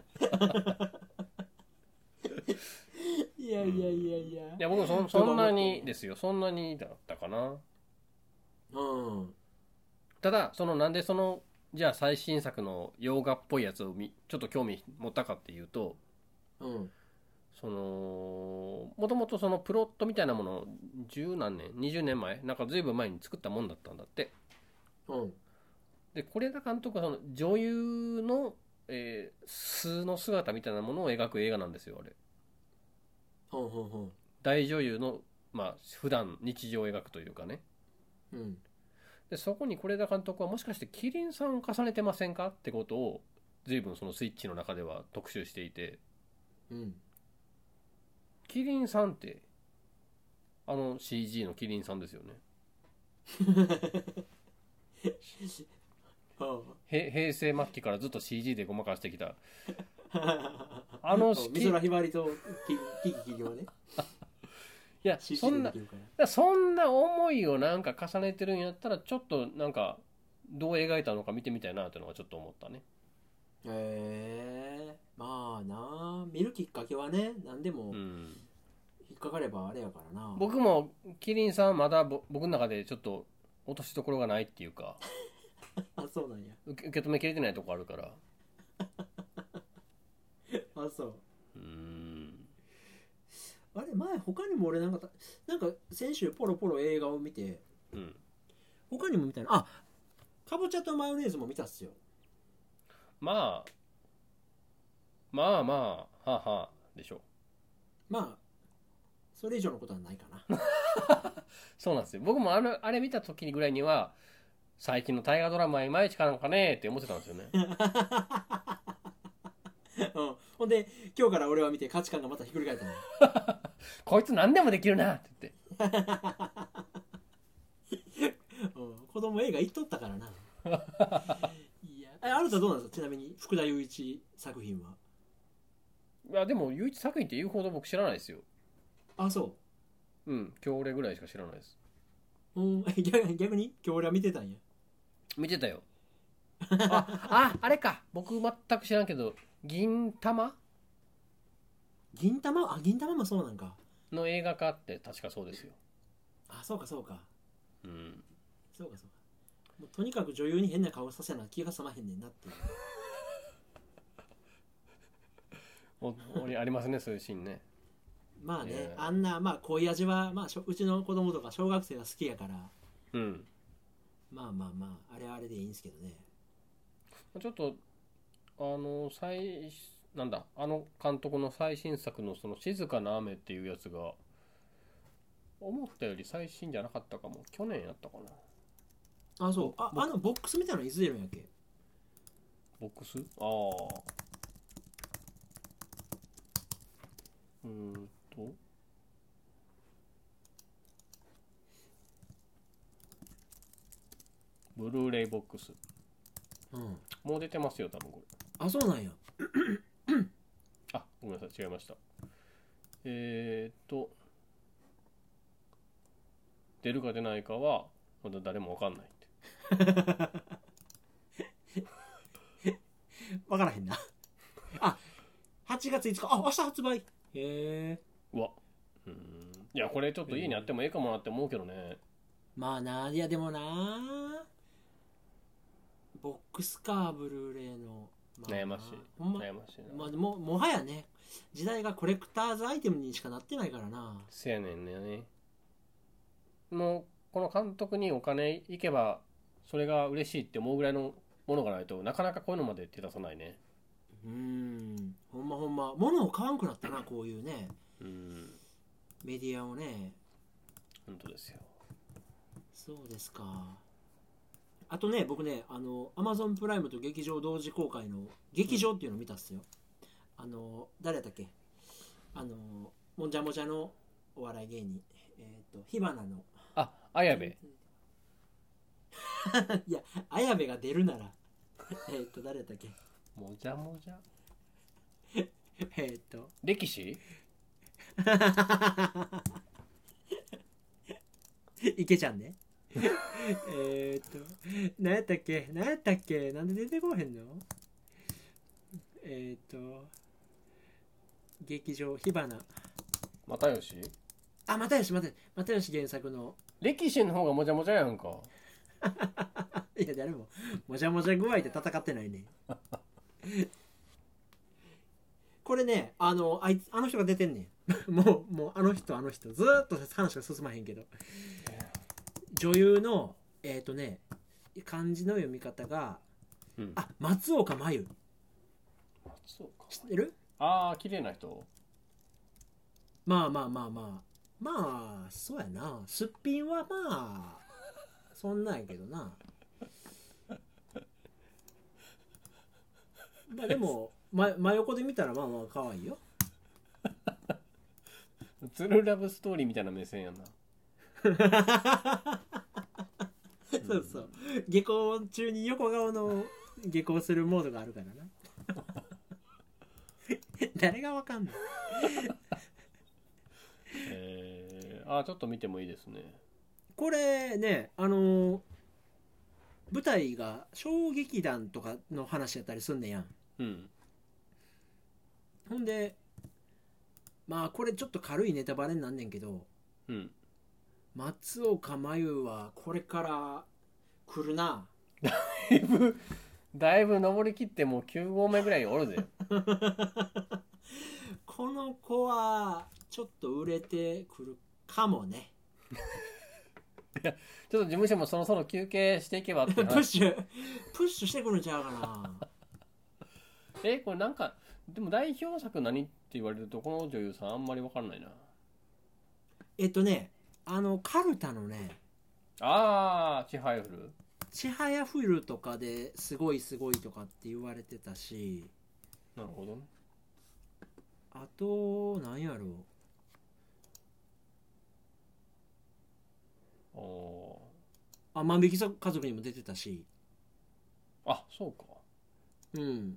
ないやいやいやいやいや僕も そ, そんなにですよそんなにだったかな。 うんただそのなんでそのじゃあ最新作の洋画っぽいやつをみちょっと興味持ったかっていうとうんそのもともとそのプロットみたいなものを十何年にじゅうねんまえなんかずいぶん前に作ったもんだったんだって。 うんで是枝監督はその女優の、えー素の姿みたいなものを描く映画なんですよあれ。 ほんほんほん大女優のまあ普段日常を描くというかね。 うんでそこに是枝監督はもしかしてキリンさんを重ねてませんかってことを随分そのスイッチの中では特集していて、 うんキリンさんってあの シージー のキリンさんですよね。へ平成末期からずっと シージー でごまかしてきたあの美空ひばりとキキキキはねいやシージーそんなでできるからそんな思いをなんか重ねてるんやったらちょっとなんかどう描いたのか見てみたいなっていうのがちょっと思ったね。 へえまあな見るきっかけはね何でもうん引っかかればあれやからな、 僕もキリンさんまだぼ僕の中でちょっと落としどころがないっていうかあそうなんや受け受け止めきれてないとこあるからあそううーんあれ前他にも俺なんかたなんか先週ポロポロ映画を見てうん他にも見たのあかぼちゃとマヨネーズも見たっすよまあまあまあはあはあでしょう。 まあそれ以上のことはないかなそうなんですよ。僕もあのあれ見た時ぐらいには最近の大河ドラマはいまいちかなんかねって思ってたんですよね。 うん、ほんで今日から俺は見て価値観がまたひっくり返ったねこいつ何でもできるなって言ってうん、子供映画行っとったからないやあのなたどうなんですか、ちなみに福田雄一作品は。 いやでも唯一作品って言うほど僕知らないですよ。 あ、そうん今日俺ぐらいしか知らないです。 う。うん、逆逆に今日俺は見てたんや。 見てたよ。あああれか僕全く知らんけど銀玉銀玉、あ、銀玉もそうなんか。 の映画化って確かそうですよ。 あ、そうかそうか。 うんそうかそうか。もうとにかく女優に変な顔させな気が済まへんねんなっていう。 お俺ありますねそういうシーンね。 まあね、 えーあんな、まあ濃い味は、まあ、しょうちの子供とか小学生が好きやから、 うんまあまあまあ、あれはあれでいいんですけどね。 ちょっとあの最なんだあの監督の最新作のその静かな雨っていうやつが思ったより最新じゃなかったかも。去年やったかな。 あ、そう。あ、 僕あのボックスみたいなのいつ出るんやっけ。 ボックスああうーんとブルーレイボックスうん。 もう出てますよ多分これ。 あ、そうなんや。 あごめんなさい違いました。えー、っと出るか出ないかはまだ誰も分かんないって。 わからへんな。あ、はちがついつか。あ、明日発売。へえ。 うわうーんいやこれちょっと家にあってもいいかもなって思うけどね。 まあな、いやでもな、ボックスか、ブルーレイの。まあな悩ましいほんま、 悩ましいな。 まあ、ももはやね、時代がコレクターズアイテムにしかなってないからな。 せやねんね。もうこの監督にお金いけばそれが嬉しいって思うぐらいのものがないとなかなかこういうのまで手出さないね。 うーん、ほんまほんま、物を買わんくなったな、こういうね、 うんメディアをね。 本当ですよ。 そうですか。あとね、僕ね、あの、アマゾンプライムと劇場同時公開の、劇場っていうのを見たっすよ。あの、誰やったっけ、あの、もんじゃもじゃのお笑い芸人、えっ、と、火花の、 あ綾部いや、綾部が出るなら、えっと、誰やったっけ、 もじゃもじゃえっと、 歴史池ちゃんね。えっと、何やったっけ何やったっけ、なんで出てこへんの。えっ、と、劇場、火花。 又吉あ、又吉、又吉、又吉原作の。 歴史の方がもじゃもじゃやんか。 いや、誰も、もじゃもじゃ具合で戦ってないね。これね、あの、あいつ、あの人が出てんねん。もう、もう、あの人、あの人。ずーっと話が進まへんけど。女優の、えっ、とね、漢字の読み方が、 うんあ、松岡真優。 松岡知ってる？ ああ綺麗な人。 まあまあまあまあ。まあ、そうやな。すっぴんはまあ、そんなんやけどな。まあでも、ま、真横で見たらまあまあ可愛いよ。 ツルラブストーリーみたいな目線やな。 そうそう。下校中に横顔の下校するモードがあるからな。誰がわかんない。 えー、あーちょっと見てもいいですね。 これね、あのー舞台が小劇団とかの話やったりすんねやん。 うんほんで、まあこれちょっと軽いネタバレになんねんけど、 うん松岡真優はこれから来るな。 だいぶだいぶ登りきってもうきゅう合目ぐらいにおるぜ。 この子はちょっと売れてくるかもね。 ちょっと事務所もそろそろ休憩していけばってプッ話。 シュプッシュしてくるんちゃうかな。 えこれなんかでも代表作何って言われるとこの女優さんあんまり分かんないな。 えっとね、あのカルタのね、 あーチハイフル。 ちはやふるとかですごいすごいとかって言われてたし、 なるほどね。 あと何やろう、 おあ、万引き家族にも出てたし、 あそうか。 うん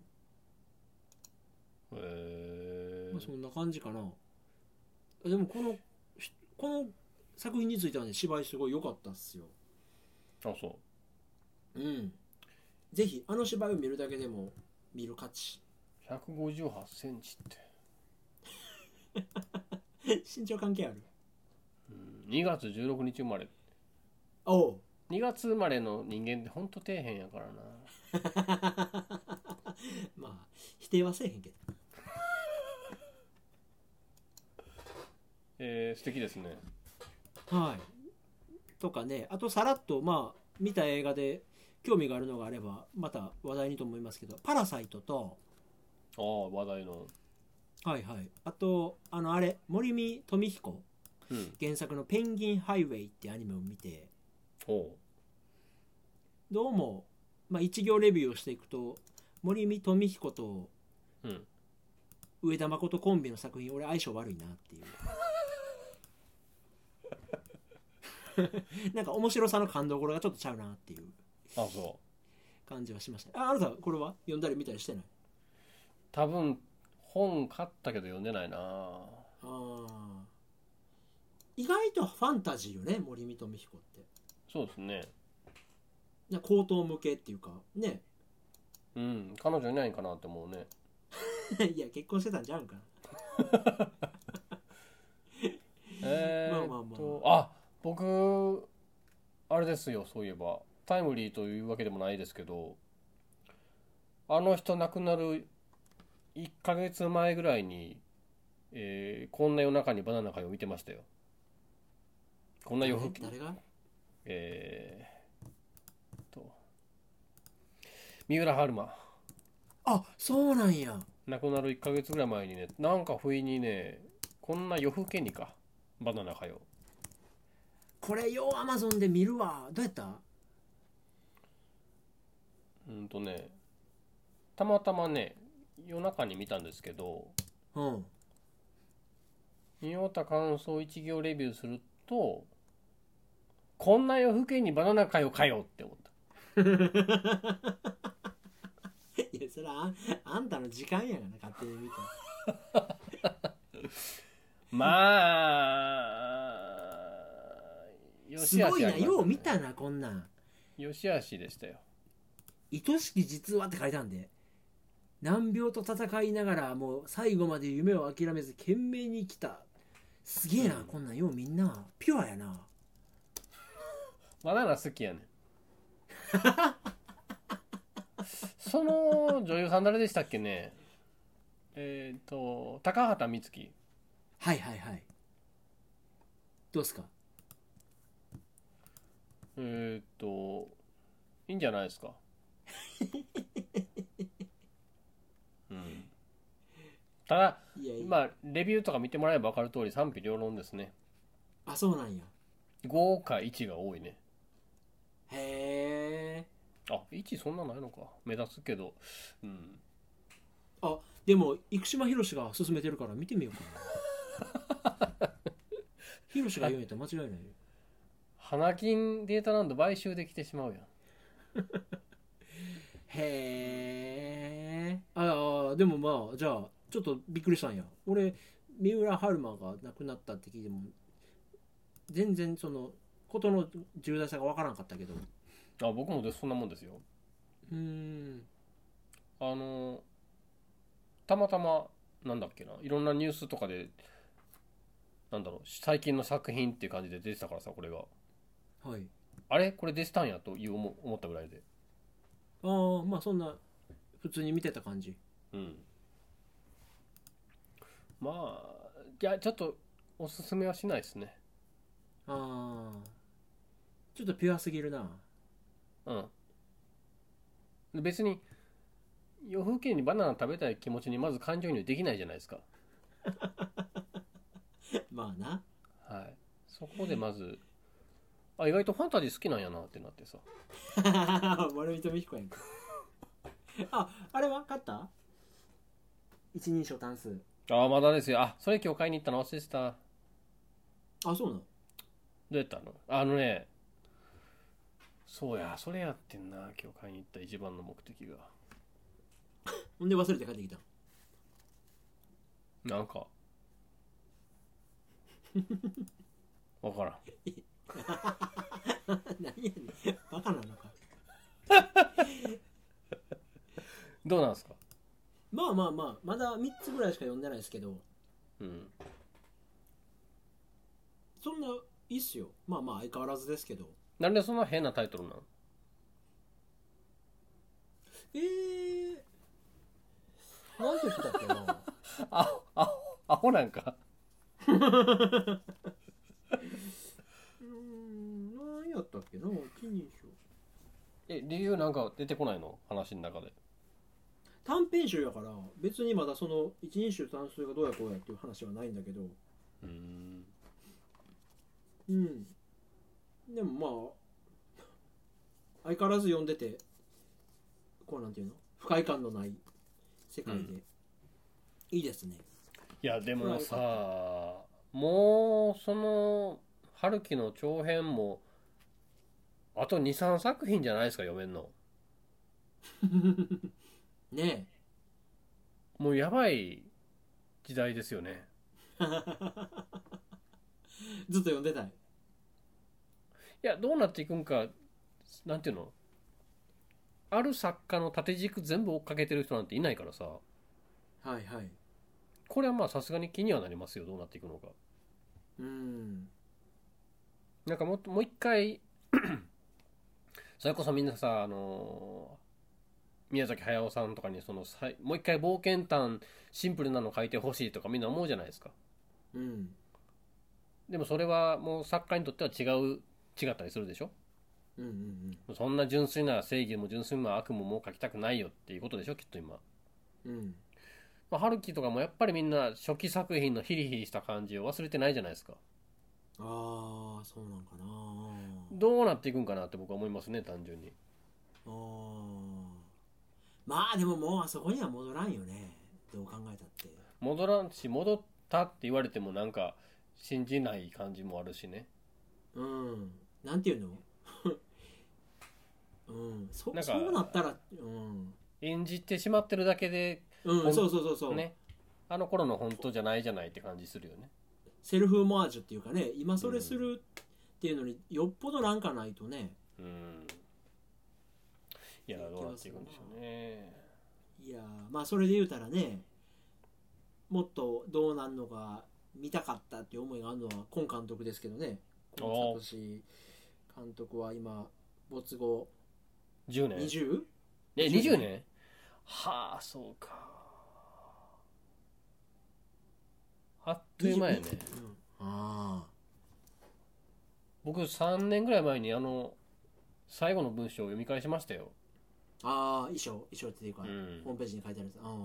へえまあ、そんな感じかな。でもこのこの作品についてはね芝居すごい良かったっすよ。 あそうんぜひあの芝居を見るだけでも見る価値。 うひゃくごじゅうはちセンチって身長関係ある。 うんにがつじゅうろくにち生まれおうにがつ生まれの人間ってほんと底辺やからなまあ否定はせえへんけど。 えー、素敵ですねはいとかね、あとさらっとまあ見た映画で興味があるのがあればまた話題にと思いますけど、パラサイトと、 ああ話題のはいはい、あとあのあれ森見富彦うん原作の「ペンギンハイウェイ」ってアニメを見て、 ほどうも、まあ、一行レビューをしていくと森見富彦とううん上田誠コンビの作品俺相性悪いなっていうなんか面白さの感動これがちょっとちゃうなっていうあそう感じはしました。ああなたこれは読んだり見たりしてない？ 多分本買ったけど読んでないなああ意外とファンタジーよね森見富彦って。 そうですねな高等向けっていうかねうん彼女いないんかなって思うねいや結婚してたんちゃうんかえー、っとまあまあまあ僕あれですよそういえばタイムリーというわけでもないですけどあの人亡くなるいっかげつまえぐらいに、えーこんな夜中にバナナ会を見てましたよ。こんな夜更け誰がえー、と三浦春馬あそうなんや。 亡くなるいっかげつぐらい前にねなんか不意にねこんな夜更けにかバナナ会をこれようアマゾンで見るわ。どうやった？ うんとねたまたまね夜中に見たんですけどうん見終わった感想を一行レビューするとこんな夜更けにバナナ会をかよって思ったいやそれは あ, あんたの時間やがな勝手に見た。 まあよすしあごいなしありますねよう見たなこんなん。 よしあしでしたよ愛しき実話って書いてあるんで、難病と戦いながらもう最後まで夢を諦めず懸命に生きた。すげえな、 うんこんなんようみんなピュアやな。 バナナ好きやねんその女優さん誰でしたっけねえっ、ー、と高畑充希はいはいはい。どうすか？ えっ、ー、といいんじゃないですかうんただいやいや、 まあレビューとか見てもらえば分かる通り賛否両論ですねあそうなんや。 ごかいちが多いねへえ。 あいちそんなないのか目立つけどうんあでも生島博士が勧めてるから見てみようかな。博士が言うんやったら間違いないよ。 花金データランド買収できてしまうやんへえ。ああでもまあじゃあちょっとびっくりしたんや。俺三浦春馬が亡くなったって聞いても全然そのことの重大さがわからんかったけど。 あ僕もでそんなもんですようーんあのたまたまなんだっけないろんなニュースとかでなんだろう最近の作品っていう感じで出てたからさこれがはいあれこれ出てたんやという思思ったぐらいでああまあそんな普通に見てた感じ。 うんまあいやちょっとおすすめはしないですねああちょっとピュアすぎるな。 うん別に夜更けにバナナ食べたい気持ちにまず感情移入できないじゃないですかまあな。 はいそこでまずあ意外とファンタジー好きなんやなってなってさ丸見とみひこやんか。ああれは勝った？一人称単数。 ああまだですよあそれ今日買いに行ったの忘れてたどあそうなの。 うやったのあのねそうやそれやってんな今日買いに行った一番の目的がほんで忘れて帰ってきた。 なんかわからん。 何やねん、バカなのか。 どうなんですか？ まあまあまあ、まだみっつぐらいしか読んでないですけど、 うん。 そんないいっすよ。まあまあ相変わらずですけど。 なんでそんな変なタイトルなん？ えー、なんて言ってたっけな。 あ、あ、アホなんか。 うーん、何やったっけな、一人称。 え、理由なんか出てこないの？話の中で。 短編集やから、別にまだその一人称単数がどうやこうやっていう話はないんだけど、 うーん。 うん。でもまあ、相変わらず読んでて、こうなんていうの、不快感のない世界で、 うんいいですね。 いやでもさ、もうその春樹の長編もあとにさんさく品じゃないですか、読めんの。 ねもうやばい時代ですよね。 え。ずっと読んでたい。 いや、どうなっていくんか、なんていうの、ある作家の縦軸全部追っかけてる人なんていないからさ、 はいはい。 これはまあさすがに気にはなりますよ、どうなっていくのか。 うん。 なんかもっともう一回それこそみんなさ、あのー宮崎駿さんとかにそのさいもう一回冒険譚シンプルなの書いてほしいとかみんな思うじゃないですか。 うん。 でもそれはもう作家にとっては違う違ったりするでしょ。 うんうんそんな純粋な正義も純粋な悪ももう書きたくないよっていうことでしょ、きっと今。 うん。うん。 まあ、春樹とかもやっぱりみんな初期作品のヒリヒリした感じを忘れてないじゃないですか。 ああ、そうなんかな。 どうなっていくんかなって僕は思いますね、単純に。 ああ。まあでももうあそこには戻らんよね。どう考えたって。 戻らんし、戻ったって言われてもなんか信じない感じもあるしね。 うん。なんていうのうん。そ、 なんかそうなったら、うん。 演じてしまってるだけで、 うん、そうそうそうそう。 ね、あの頃の本当じゃないじゃないって感じするよね。 セルフオマージュっていうかね、今それうんするっていうのによっぽどなんかないとね。 うん。いや、どうなっていくんでしょうね。 いやー、まあそれで言うたらね、もっとどうなんのか見たかったっていう思いがあるのは今監督ですけどね。このサトシ監督は今没後じゅうねん。 にじゅう？ え、にじゅうねん。はあ、そうか。あっという間やね。 うん、あ僕さんねんぐらい前にあの最後の文章を読み返しましたよ。 あ、ああ、衣装、衣装っていうか、 うん。 ホームページに書いてあるやつ。あ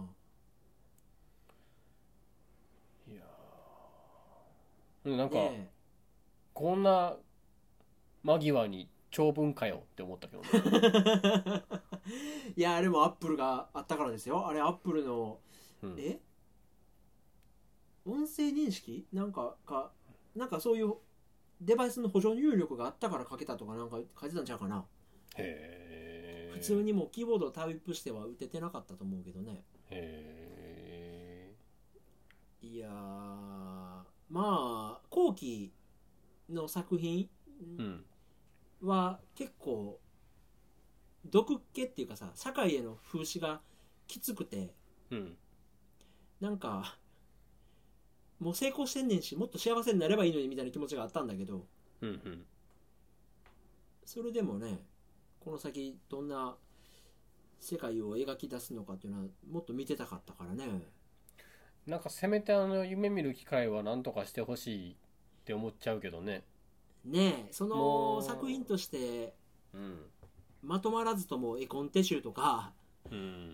いやーなんあ。 かねこんな間際に長文かよって思ったけどね。 え。いや、あれもアップルがあったからですよ。あれアップルの、 うん。 え音声認識なんかか、なんかそういうデバイスの補助入力があったから書けたとかなんか書いてたんちゃうかな。 へえ。 普通にもうキーボードをタイプしては打ててなかったと思うけどね。 へいやー、まあ後期の作品え。うん。 は結構毒っ気っていうかさ、社会への風刺がきつくて、 うん。 なんかもう成功してんねんし、もっと幸せになればいいのにみたいな気持ちがあったんだけど、 うん。うん。 それでもね、この先どんな世界を描き出すのかっていうのはもっと見てたかったからね。 なんかせめてあの夢見る機会は何とかしてほしいって思っちゃうけどね。 ねえ、そのもう。 作品としてうん。 まとまらずとも絵コンテ集とかうん。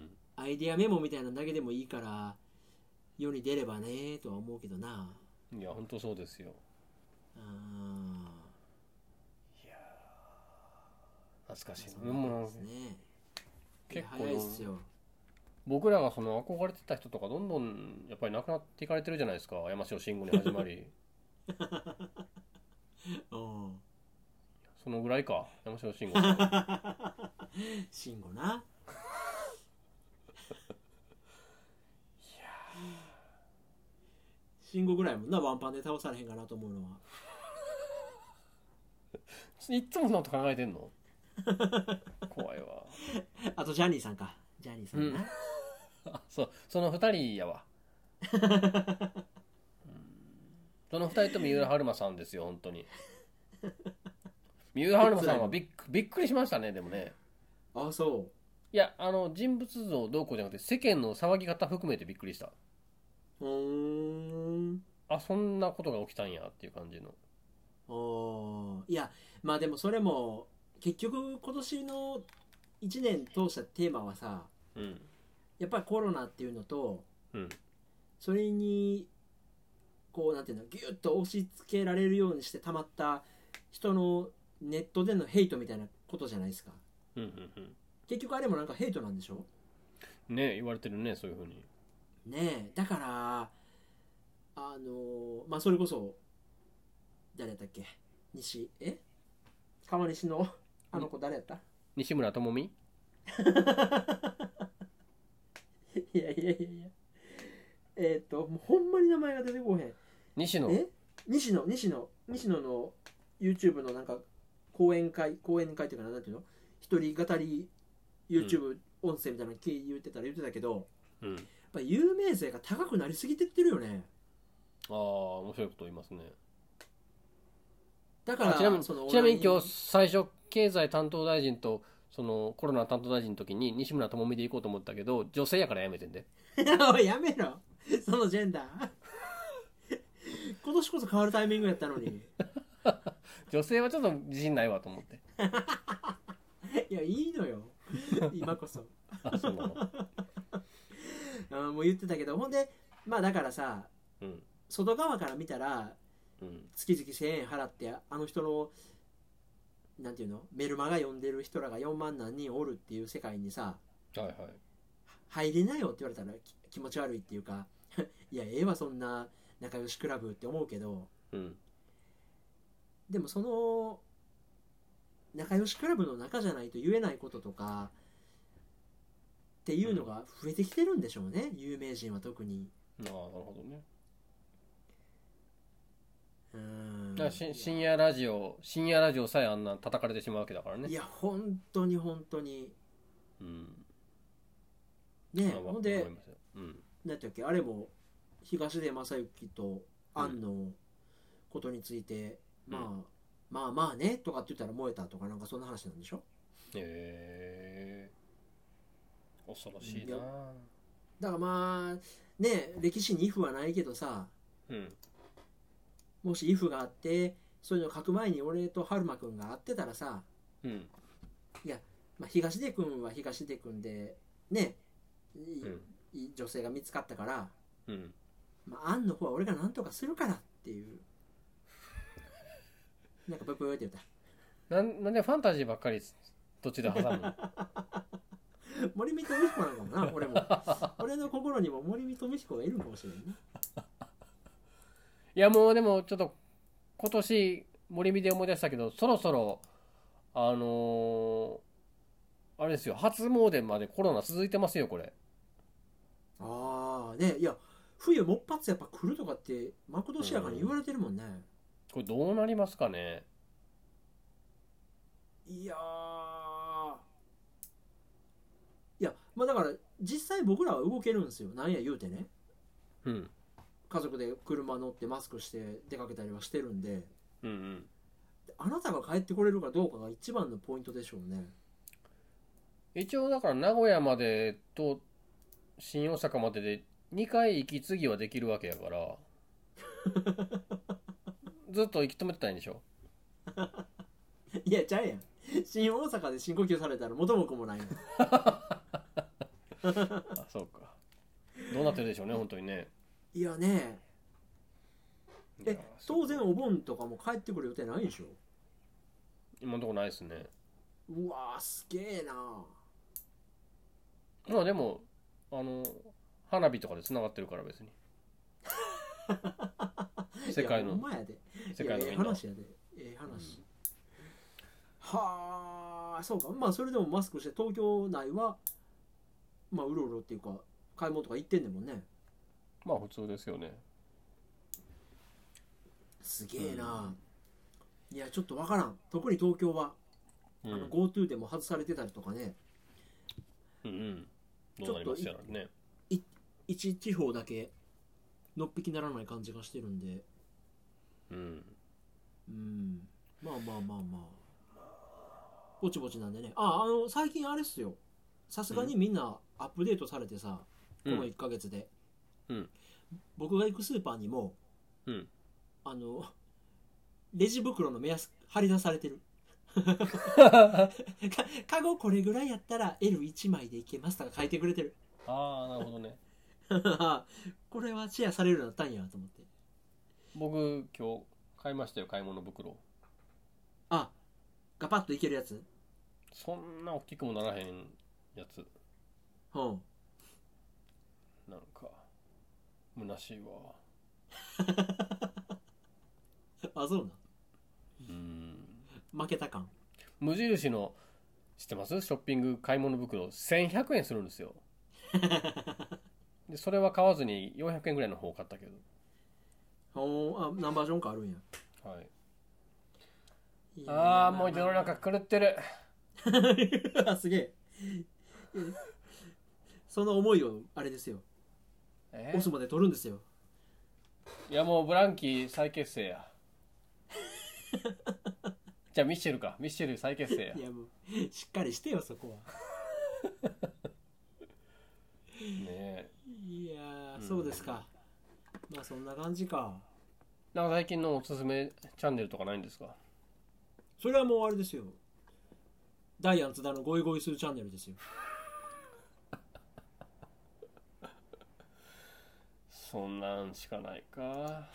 アイデアメモみたいなだけでもいいから世に出ればねとは思うけどな。 いや、本当そうですよ。 あいやー、懐かしい。 そんなもうですね。 結構早いっすよ。 僕らがその憧れてた人とかどんどんやっぱり亡くなっていかれてるじゃないですか。山城慎吾に始まり。 うん。 そのぐらいか、山城慎吾さん。 慎吾な。 慎吾ぐらいもんな、ワンパンで倒されへんかなと思うのは。 いっつもそんなこと考えてんの怖いわ。 あとジャニーさんか、ジャニーさんな、 うん、あそうそのふたりやわそのふたりと三浦春馬さんですよ本当に。三浦春馬さんはびっびっくりしましたね。でもね、 あそいやあの人物像どうこうじゃなくて世間の騒ぎ方含めてびっくりした。 うーん、 あそんなことが起きたんやっていう感じの。 おーいやまあでもそれも結局今年のいちねん通したテーマはさ、 うんやっぱりコロナっていうのと、 うんそれにこうなんていうのギュッと押し付けられるようにしてたまった人のネットでのヘイトみたいなことじゃないですか。 うんうん結局あれもなんかヘイトなんでしょうんね言われてるねそういうふうに。 ねえ。だからあのまあそれこそ誰やったっけ、西え川西のあの子誰やった西村智美。 いやいやいやいや、えっ、ー、ともうほんまに名前が出てこへん。 西野。 え西野西野西野の YouTube のなんか講演会講演会っていうかな、なんていうの、一人語り YouTube 音声みたいなの言ってたら言ってたけど、 うん、 やっぱ有名性が高くなりすぎてってるよね。 ああ面白いこと言いますね。 だからちなみにそのちなみに今日最初経済担当大臣とそのコロナ担当大臣の時に西村智美で行こうと思ったけど女性やからやめてんで。 おいやめろそのジェンダー今年こそ変わるタイミングやったのに女性はちょっと自信ないわと思って。 いやいいのよ今こそあそうなのあもう言ってたけど、ほんでまあだからさ、 うん、 外側から見たら、うん、月々せんえん払ってあの人のなんていうのメルマガ読んでる人らがよんまん何人おるっていう世界にさ、 はいはい、 入れないよって言われたら気持ち悪いっていうかいやええわそんな仲良しクラブって思うけど、 うん、 でもその仲良しクラブの中じゃないと言えないこととかっていうのが増えてきてるんでしょうね、うん、有名人は特に。 ああなるほどね。 うーんだから深夜ラジオ深夜ラジオさえあんな叩かれてしまうわけだからね。 いや本当に本当に、 うん、 ねえ、ほんで、 うん、 なんていうっけあれも東出昌之と杏のことについて、うん、まあまあまあねとかって言ったら燃えたとかなんかそんな話なんでしょ。 へえー、恐ろしいな。 だからまあね歴史にイフはないけどさ、うん、もしイフがあってそういうのを書く前に俺と春馬くんが会ってたらさ、うん、いや、まあ、東出くんは東出くんでね、うん、いい女性が見つかったから、うんまあ、アンの方は俺が何とかするからっていうなんかブブーって言った。 なんなんでファンタジーばっかり途中で挟むの森見と美彦なのかもな俺も俺の心にも森見と美彦がいるかもしれんな。 いやもうでもちょっと今年森見で思い出したけどそろそろあのー、あれですよ初詣までコロナ続いてますよこれ。 ああねいや冬もっぱつやっぱ来るとかってまことしやかに言われてるもんね、うん、 これどうなりますかね。 いやーいやまあだから実際僕らは動けるんですよなんや言うてね、うん、家族で車乗ってマスクして出かけたりはしてるんで、うんうん、あなたが帰ってこれるかどうかが一番のポイントでしょうね。 一応だから名古屋までと新大阪まででにかい息継ぎはできるわけやからずっと息止めてたいんでしょいやちゃうやん新大阪で深呼吸されたら元も子もないのあそうかどうなってるでしょうね本当にね。 いやねえ当然お盆とかも帰ってくる予定ないでしょ。 今のとこないですね。 うわーすげえな。 まあでもあの花火とかでつながってるから別に世界のいやほんまやで世界のみんなええ話やでええ話、うん、はあそうかまあそれでもマスクして東京内はまあうろうろっていうか買い物とか行ってんねんもんね。 まあ普通ですよね。 すげえな、うん、いやちょっとわからん。特に東京は、うん、あの GoTo でも外されてたりとかね。 うんうん。どうなりますやろね。 一地方だけのっぴきならない感じがしてるんで。 うん。 うん。まあまあまあまあ。ぼちぼちなんでね。あ、あの最近あれっすよ。さすがにみんなアップデートされてさ、うん、このいっかげつで。うん。僕が行くスーパーにも、うん。あのレジ袋の目安貼り出されてる。カゴこれぐらいやったら エルいち 枚でいけますとか書いてくれてる。 ああ、なるほどね。 これはシェアされるようになったんやと思って。 僕今日買いましたよ、買い物袋。 あ、ガパッといけるやつ。 そんな大きくもならへんやつ。うん。なんか虚しいわ。 あ、そうな。うん。負けた感。 無印の知ってます？ショッピング買い物袋せんひゃくえんするんですよ。でそれは買わずによんひゃくえんぐらいの方を買ったけど。 おあ、何バージョンかあるんや。 はい。ああ、もう世の中狂ってる。 すげえ。その思いをあれですよ。オスまで取るんですよ。 いやもうブランキー再結成や。じゃあミッシェルか。ミッシェル再結成や。 いやもうしっかりしてよそこは。ねえ。いや、うん、そうですか。まあそんな感じか。 なんか最近のおすすめチャンネルとかないんですか？ それはもうあれですよ。ダイアン津田のゴイゴイスーチャンネルですよ。 そんなんしかないか。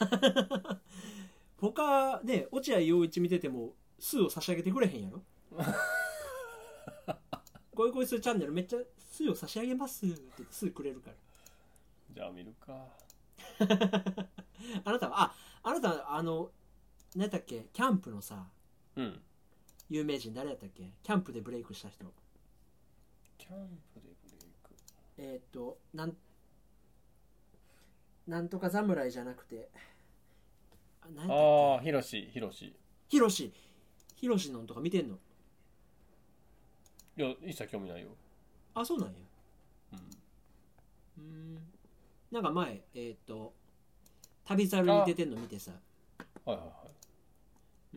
他ね、落合陽一見ててもスーを差し上げてくれへんやろ。ゴイゴイスーチャンネルめっちゃスーを差し上げますって言ってスーくれるから。 じゃあ見るか。 あなたはああなたあの何だっけ、キャンプのさ、うん、有名人誰やったっけ、キャンプでブレイクした人。 キャンプでブレイク、 えー、っとなんなんとか侍じゃなくて、 あ、何やったっけ、ああ、ヒロシヒロシヒロシヒロシのんとか見てんの？ いや一切興味ないよ。 あ、そうなんや。うん。うん、なんか前えー、っと旅猿に出てんの見てさ、 はいはいはい、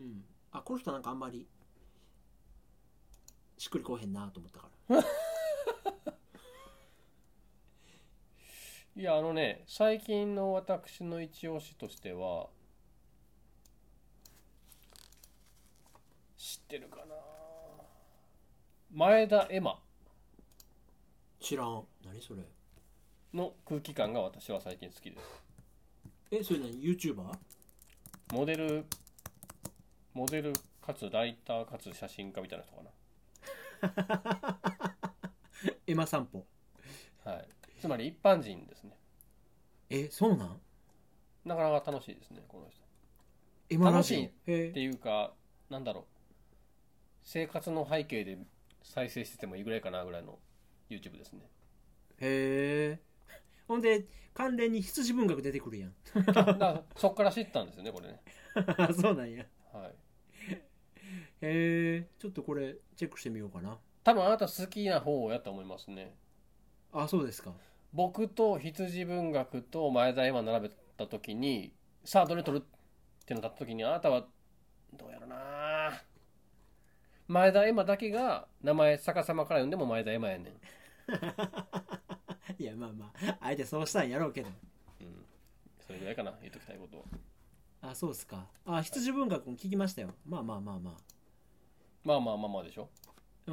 うん、あ、この人なんかあんまりしっくりこうへんなと思ったからいやあのね、最近の私の一押しとしては、知ってるかな、前田エマ。 知らん。何それの空気感が私は最近好きです。 え、それ何 YouTuber？ モデルモデルかつライターかつ写真家みたいな人かな。エマ散歩。 はい。つまり一般人ですね。 え、そうなん？ なかなか楽しいですね、この人。 エマ楽しいっていうか、なんだろう、生活の背景で再生しててもいいぐらいかなぐらいの YouTube ですね。 へえ。ほんで関連に羊文学出てくるやん。 だからそっから知ったんですよね、これね。 そうなんや。 はい。 へえ、ちょっとこれチェックしてみようかな。 多分あなた好きな方やと思いますね。 あ、そうですか。 僕と羊文学と前田エマ並べた時に、さあどれ取るってなった時に、あなたはどうやろな、前田エマだけが名前逆さまから読んでも前田エマやねん。 いや、まあまああえてそうしたんやろうけど、 うん、それぐらいかな、言っときたいことは。 あ、そうっすか。あ、羊文学も聞きましたよ。まあまあまあまあまあまあまあまあでしょ。 うん。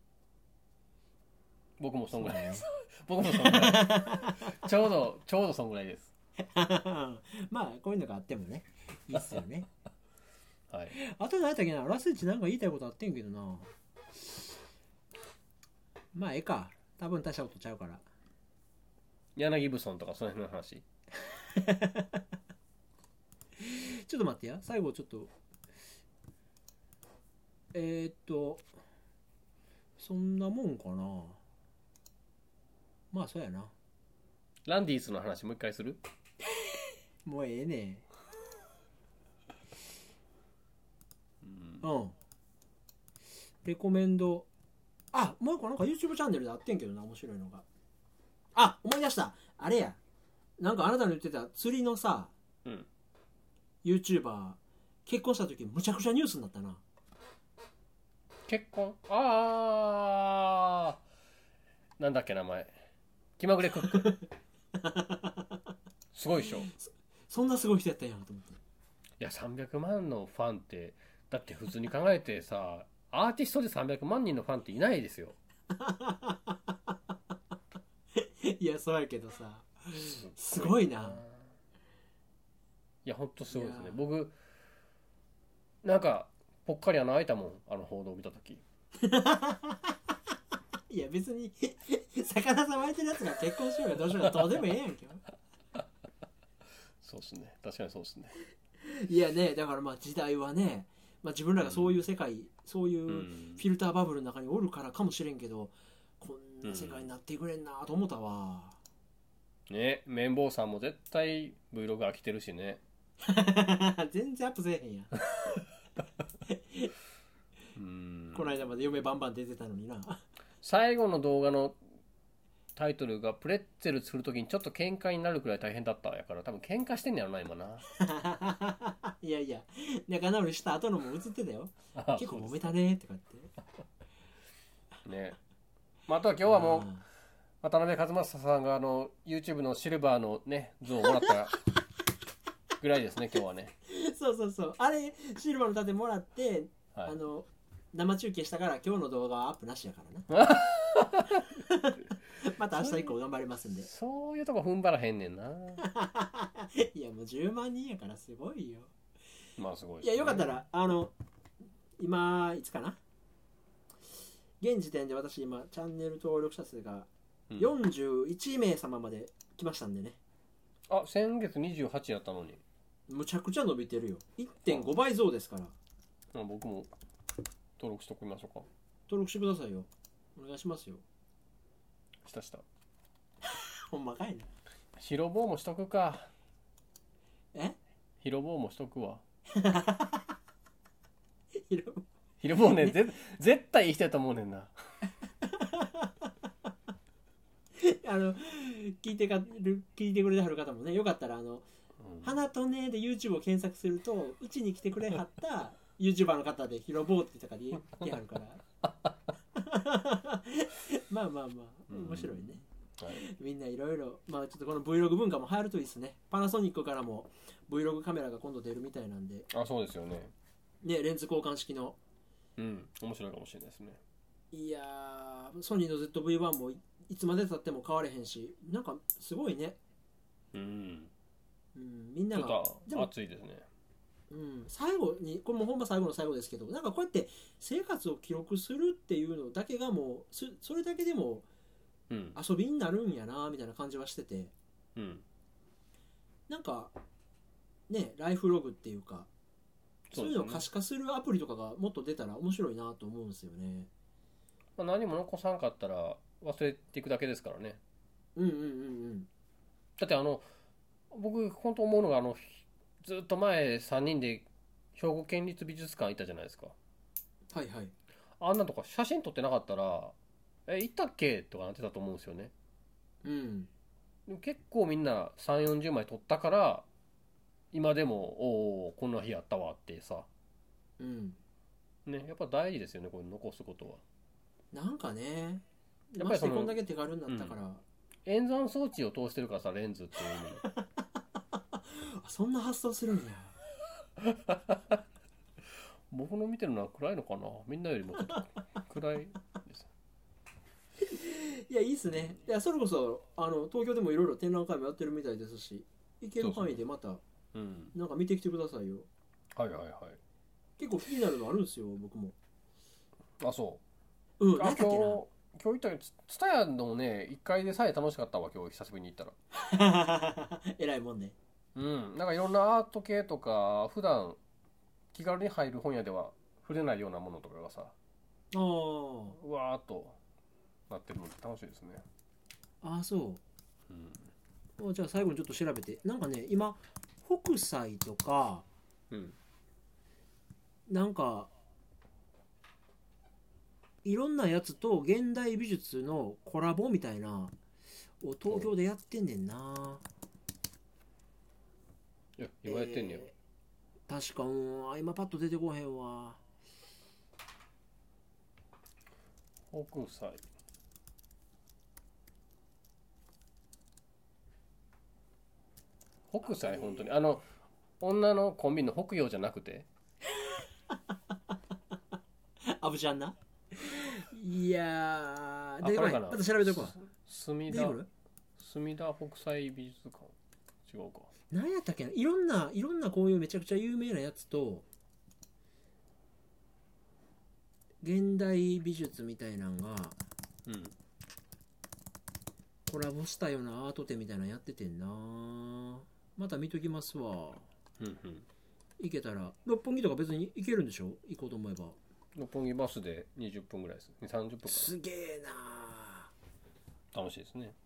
僕もそんぐらいです。僕もそんぐらいちょうどちょうどそんぐらいです。 まあこういうのがあってもね、いいっすよね。 はい。 あと何やったっけな、ラスイチなんか言いたいことあってんけどな。まあええか、多分大したことちゃうから。 柳ブソンとかその辺の話。 ちょっと待ってや、最後ちょっとえー、っとそんなもんかな。まあそうやな。 ランディーズの話もう一回する？ もうええね。 うんレコメンドあもう一個なんか YouTube チャンネルであってんけどな面白いのがあ思い出したあれやなんかあなたの言ってた釣りのさ、 うん、 YouTuber 結婚した時むちゃくちゃニュースになったな結婚あーなんだっけ名前気まぐれクックすごいでしょそそんなすごい人やったんやと思っていやさんびゃくまんのファンってだって普通に考えてさアーティストでさんびゃくまん人のファンっていないですよいやそうやけどさすごいな。 いやほんとすごいですね。僕なんかぽっかり穴開いたもんあの報道を見た時いや別に魚さばいてるやつが結婚しようがどうしようがどうでもええやんけそうっすね確かにそうっすね。 いやねだからまあ時代はね、まあ、自分らがそういう世界、うん、そういうフィルターバブルの中におるからかもしれんけどこんな世界になってくれんなと思ったわ、 うん、ね綿棒さんも絶対 Vlog 飽きてるしね全然アップせえへんやんうんこの間まで嫁バンバン出てたのにな最後の動画のタイトルがプレッツェル作るときにちょっと喧嘩になるくらい大変だったやから多分喧嘩してんねやろな今ないやいや仲直りした後のも映ってたよ結構揉めたねとかってねまあ、あとは今日はもう渡辺和正さんがあの YouTube のシルバーのね像をもらったぐらいですね今日はねそうそうそうあれシルバーの盾もらって、はい、あの生中継したから今日の動画はアップなしやからなまた明日以降頑張りますんでそういうとこ踏ん張らへんねんないやもうじゅうまんにんやからすごいよまあすごいです、 ね、いやよかったらあの今いつかな現時点で私今チャンネル登録者数がよんじゅういちめい様まで来ましたんでね、 うん、あ先月にじゅうはちやったのにむちゃくちゃ伸びてるよ いってんご 倍増ですからあ僕も登録しときましょうか登録してくださいよお願いしますよしたしたほんまかいなヒロボーもしとくかえヒロボーもしとくわヒロヒロボーねぜ絶対いい人やと思うねんなあの聞いてかる聞いてくれてはる方もねよかったらあの、うん、花とねで YouTube を検索するとうちに来てくれはった YouTuber の方でヒロボーってとかで言ってはるからまあまあまあ面白いね、うんはい、みんないろいろまあちょっとこの Vlog 文化も流行るといいですね。パナソニックからも Vlog カメラが今度出るみたいなんであそうですよねねレンズ交換式のうん面白いかもしれないですね。 いやーソニーの ゼットブイワン もいつまでたっても変われへんしなんかすごいねうん、 うん、みんながちょっと熱いですね。 うん、最後にこれもほんま最後の最後ですけどなんかこうやって生活を記録するっていうのだけがもうそれだけでも遊びになるんやなみたいな感じはしてて、うん、なんかねライフログっていうかそういうのを可視化するアプリとかがもっと出たら面白いなと思うんですよね。 まあ、何も残さんかったら忘れていくだけですからね。 うんうんうんうんだってあの僕本当思うのがあのずっと前さんにんで兵庫県立美術館行ったじゃないですか。 はいはい。 あんなとか写真撮ってなかったらえ行ったっけとかなってたと思うんですよね。うんでも結構みんなさんじゅうよんじゅうまい撮ったから今でもおおこんな日あったわってさ、うんね、やっぱ大事ですよねこれ残すことは。 なんかねやっぱりそのこんだけ手軽になったから、うん、 演算装置を通してるからさレンズっていう意味にそんな発想するんや僕の見てるのは暗いのかなみんなよりもちょっと暗いですいやいいっすね。いやそれこそあの東京でもいろいろ展覧会もやってるみたいですし行ける範囲でまたうん、なんか見てきてくださいよ。 はいはいはい。 結構気になるのあるんですよ僕も。 あそう。 うん。何だっけな。 今日行ったけどツタヤのねいっかいでさえ楽しかったわ今日久しぶりに行ったら。 えらいもんね。 うん。なんかいろんなアート系とか普段気軽に入る本屋では触れないようなものとかがさ、ああ。うわーっとなってるので楽しいですね。 ああそう。うん。じゃあ最後にちょっと調べてなんかね今。北斎とか、うん、なんかいろんなやつと現代美術のコラボみたいなを東京でやってんねんな。 いや今やってんねや、 えー確か、うん、今パッと出てこへんわ。 北斎。北斎本当にあの女のコンビの北洋じゃなくて、 アブちゃんな。いやー、 あ出てこない。 これかなまた調べとこう。 墨田出てくる墨田北斎美術館、違うか。 何やったっけな。いろんないろんなこういうめちゃくちゃ有名なやつと現代美術みたいなのがうんコラボしたようなアート展みたいなのやっててんな。また見ときますわ。 うんうん。 行けたら六本木とか別に行けるんでしょ、行こうと思えば。 六本木バスでにじゅっぷんぐらいです。にじゅう、さんじゅっぷんかすげえな。 な。楽しいですね。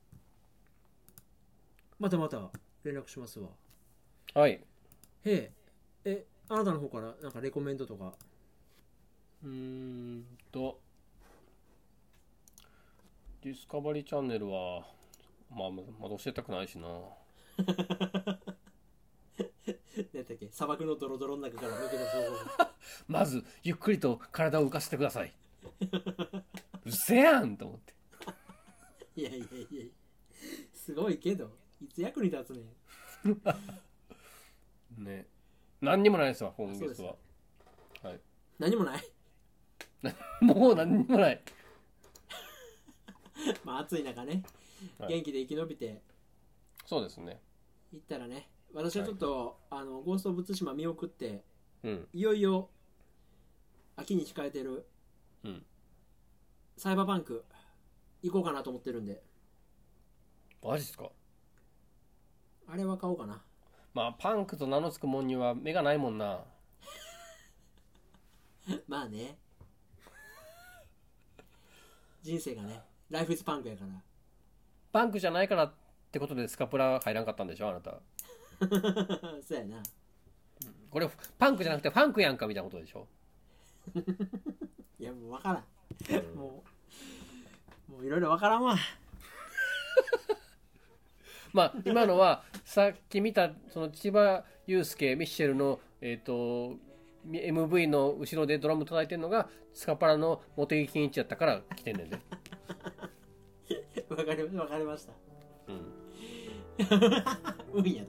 またまた連絡しますわ。 はい。 へえ、え、あなたの方からなんかレコメンドとか。 うーんとディスカバリーチャンネルはまあままだ教えたくないしな。 何だっけ、砂漠のドロドロの中から抜け出す方法。 まずゆっくりと体を浮かせてください。うせやんと思って。 いやいやいや、すごいけどいつ役に立つねん。 ね、何にもないですわ今月は。はい。 何もない。 もう何にもない。 まあ暑い中ね、 はい元気で生き延びてそうですね。 行ったらね。私はちょっと、あのゴースト・オブ・ツシマ見送ってうんいよいよ秋に控えてるうん。 サイバーパンク行こうかなと思ってるんで、 マジっすか。 あれは買おうかな。 まあパンクと名の付くもんには目がないもんな。 まあね、人生がね、ライフイズパンクやからパンクじゃないからってことでスカプラ入らんかったんでしょあなた。 そうやな。 これパンクじゃなくてファンクやんかみたいなことでしょ。 いやもう分からん、うん、もうもういろいろ分からんわ。 まあ今のはさっき見たその千葉雄介ミッシェルのえっ、ー、と エムブイ の後ろでドラム叩いてるのがスカパラの茂木健一やったから来てんねんで。 分かり分かりました。 うん。 うんやって。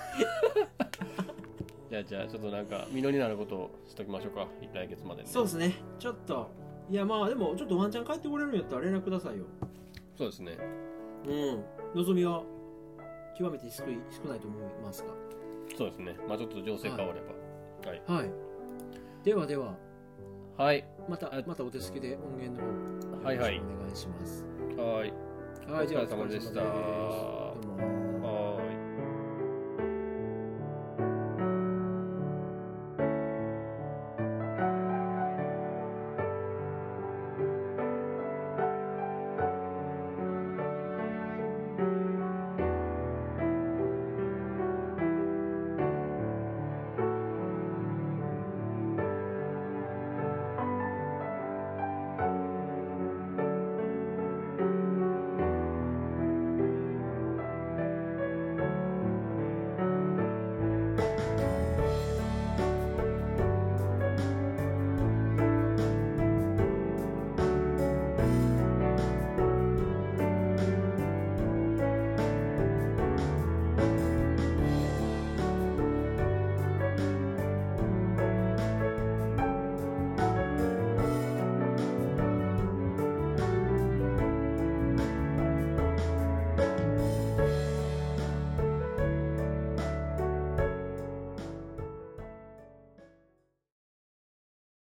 じゃあじゃあちょっとなんか実りになることをしときましょうか来月までに、ね。 そうですね。ちょっといやまあでもちょっとワンチャン帰ってこれるんやったら連絡くださいよ。 そうですね。 うん。望みは極めて少い少ないと思いますが。 そうですね。まあちょっと情勢変われば。はい。 はい。ではでは。 はい。 またまたお手すきで音源の方はいはいお願いします。 はい。 はい。 お疲れ様でした。 どうも。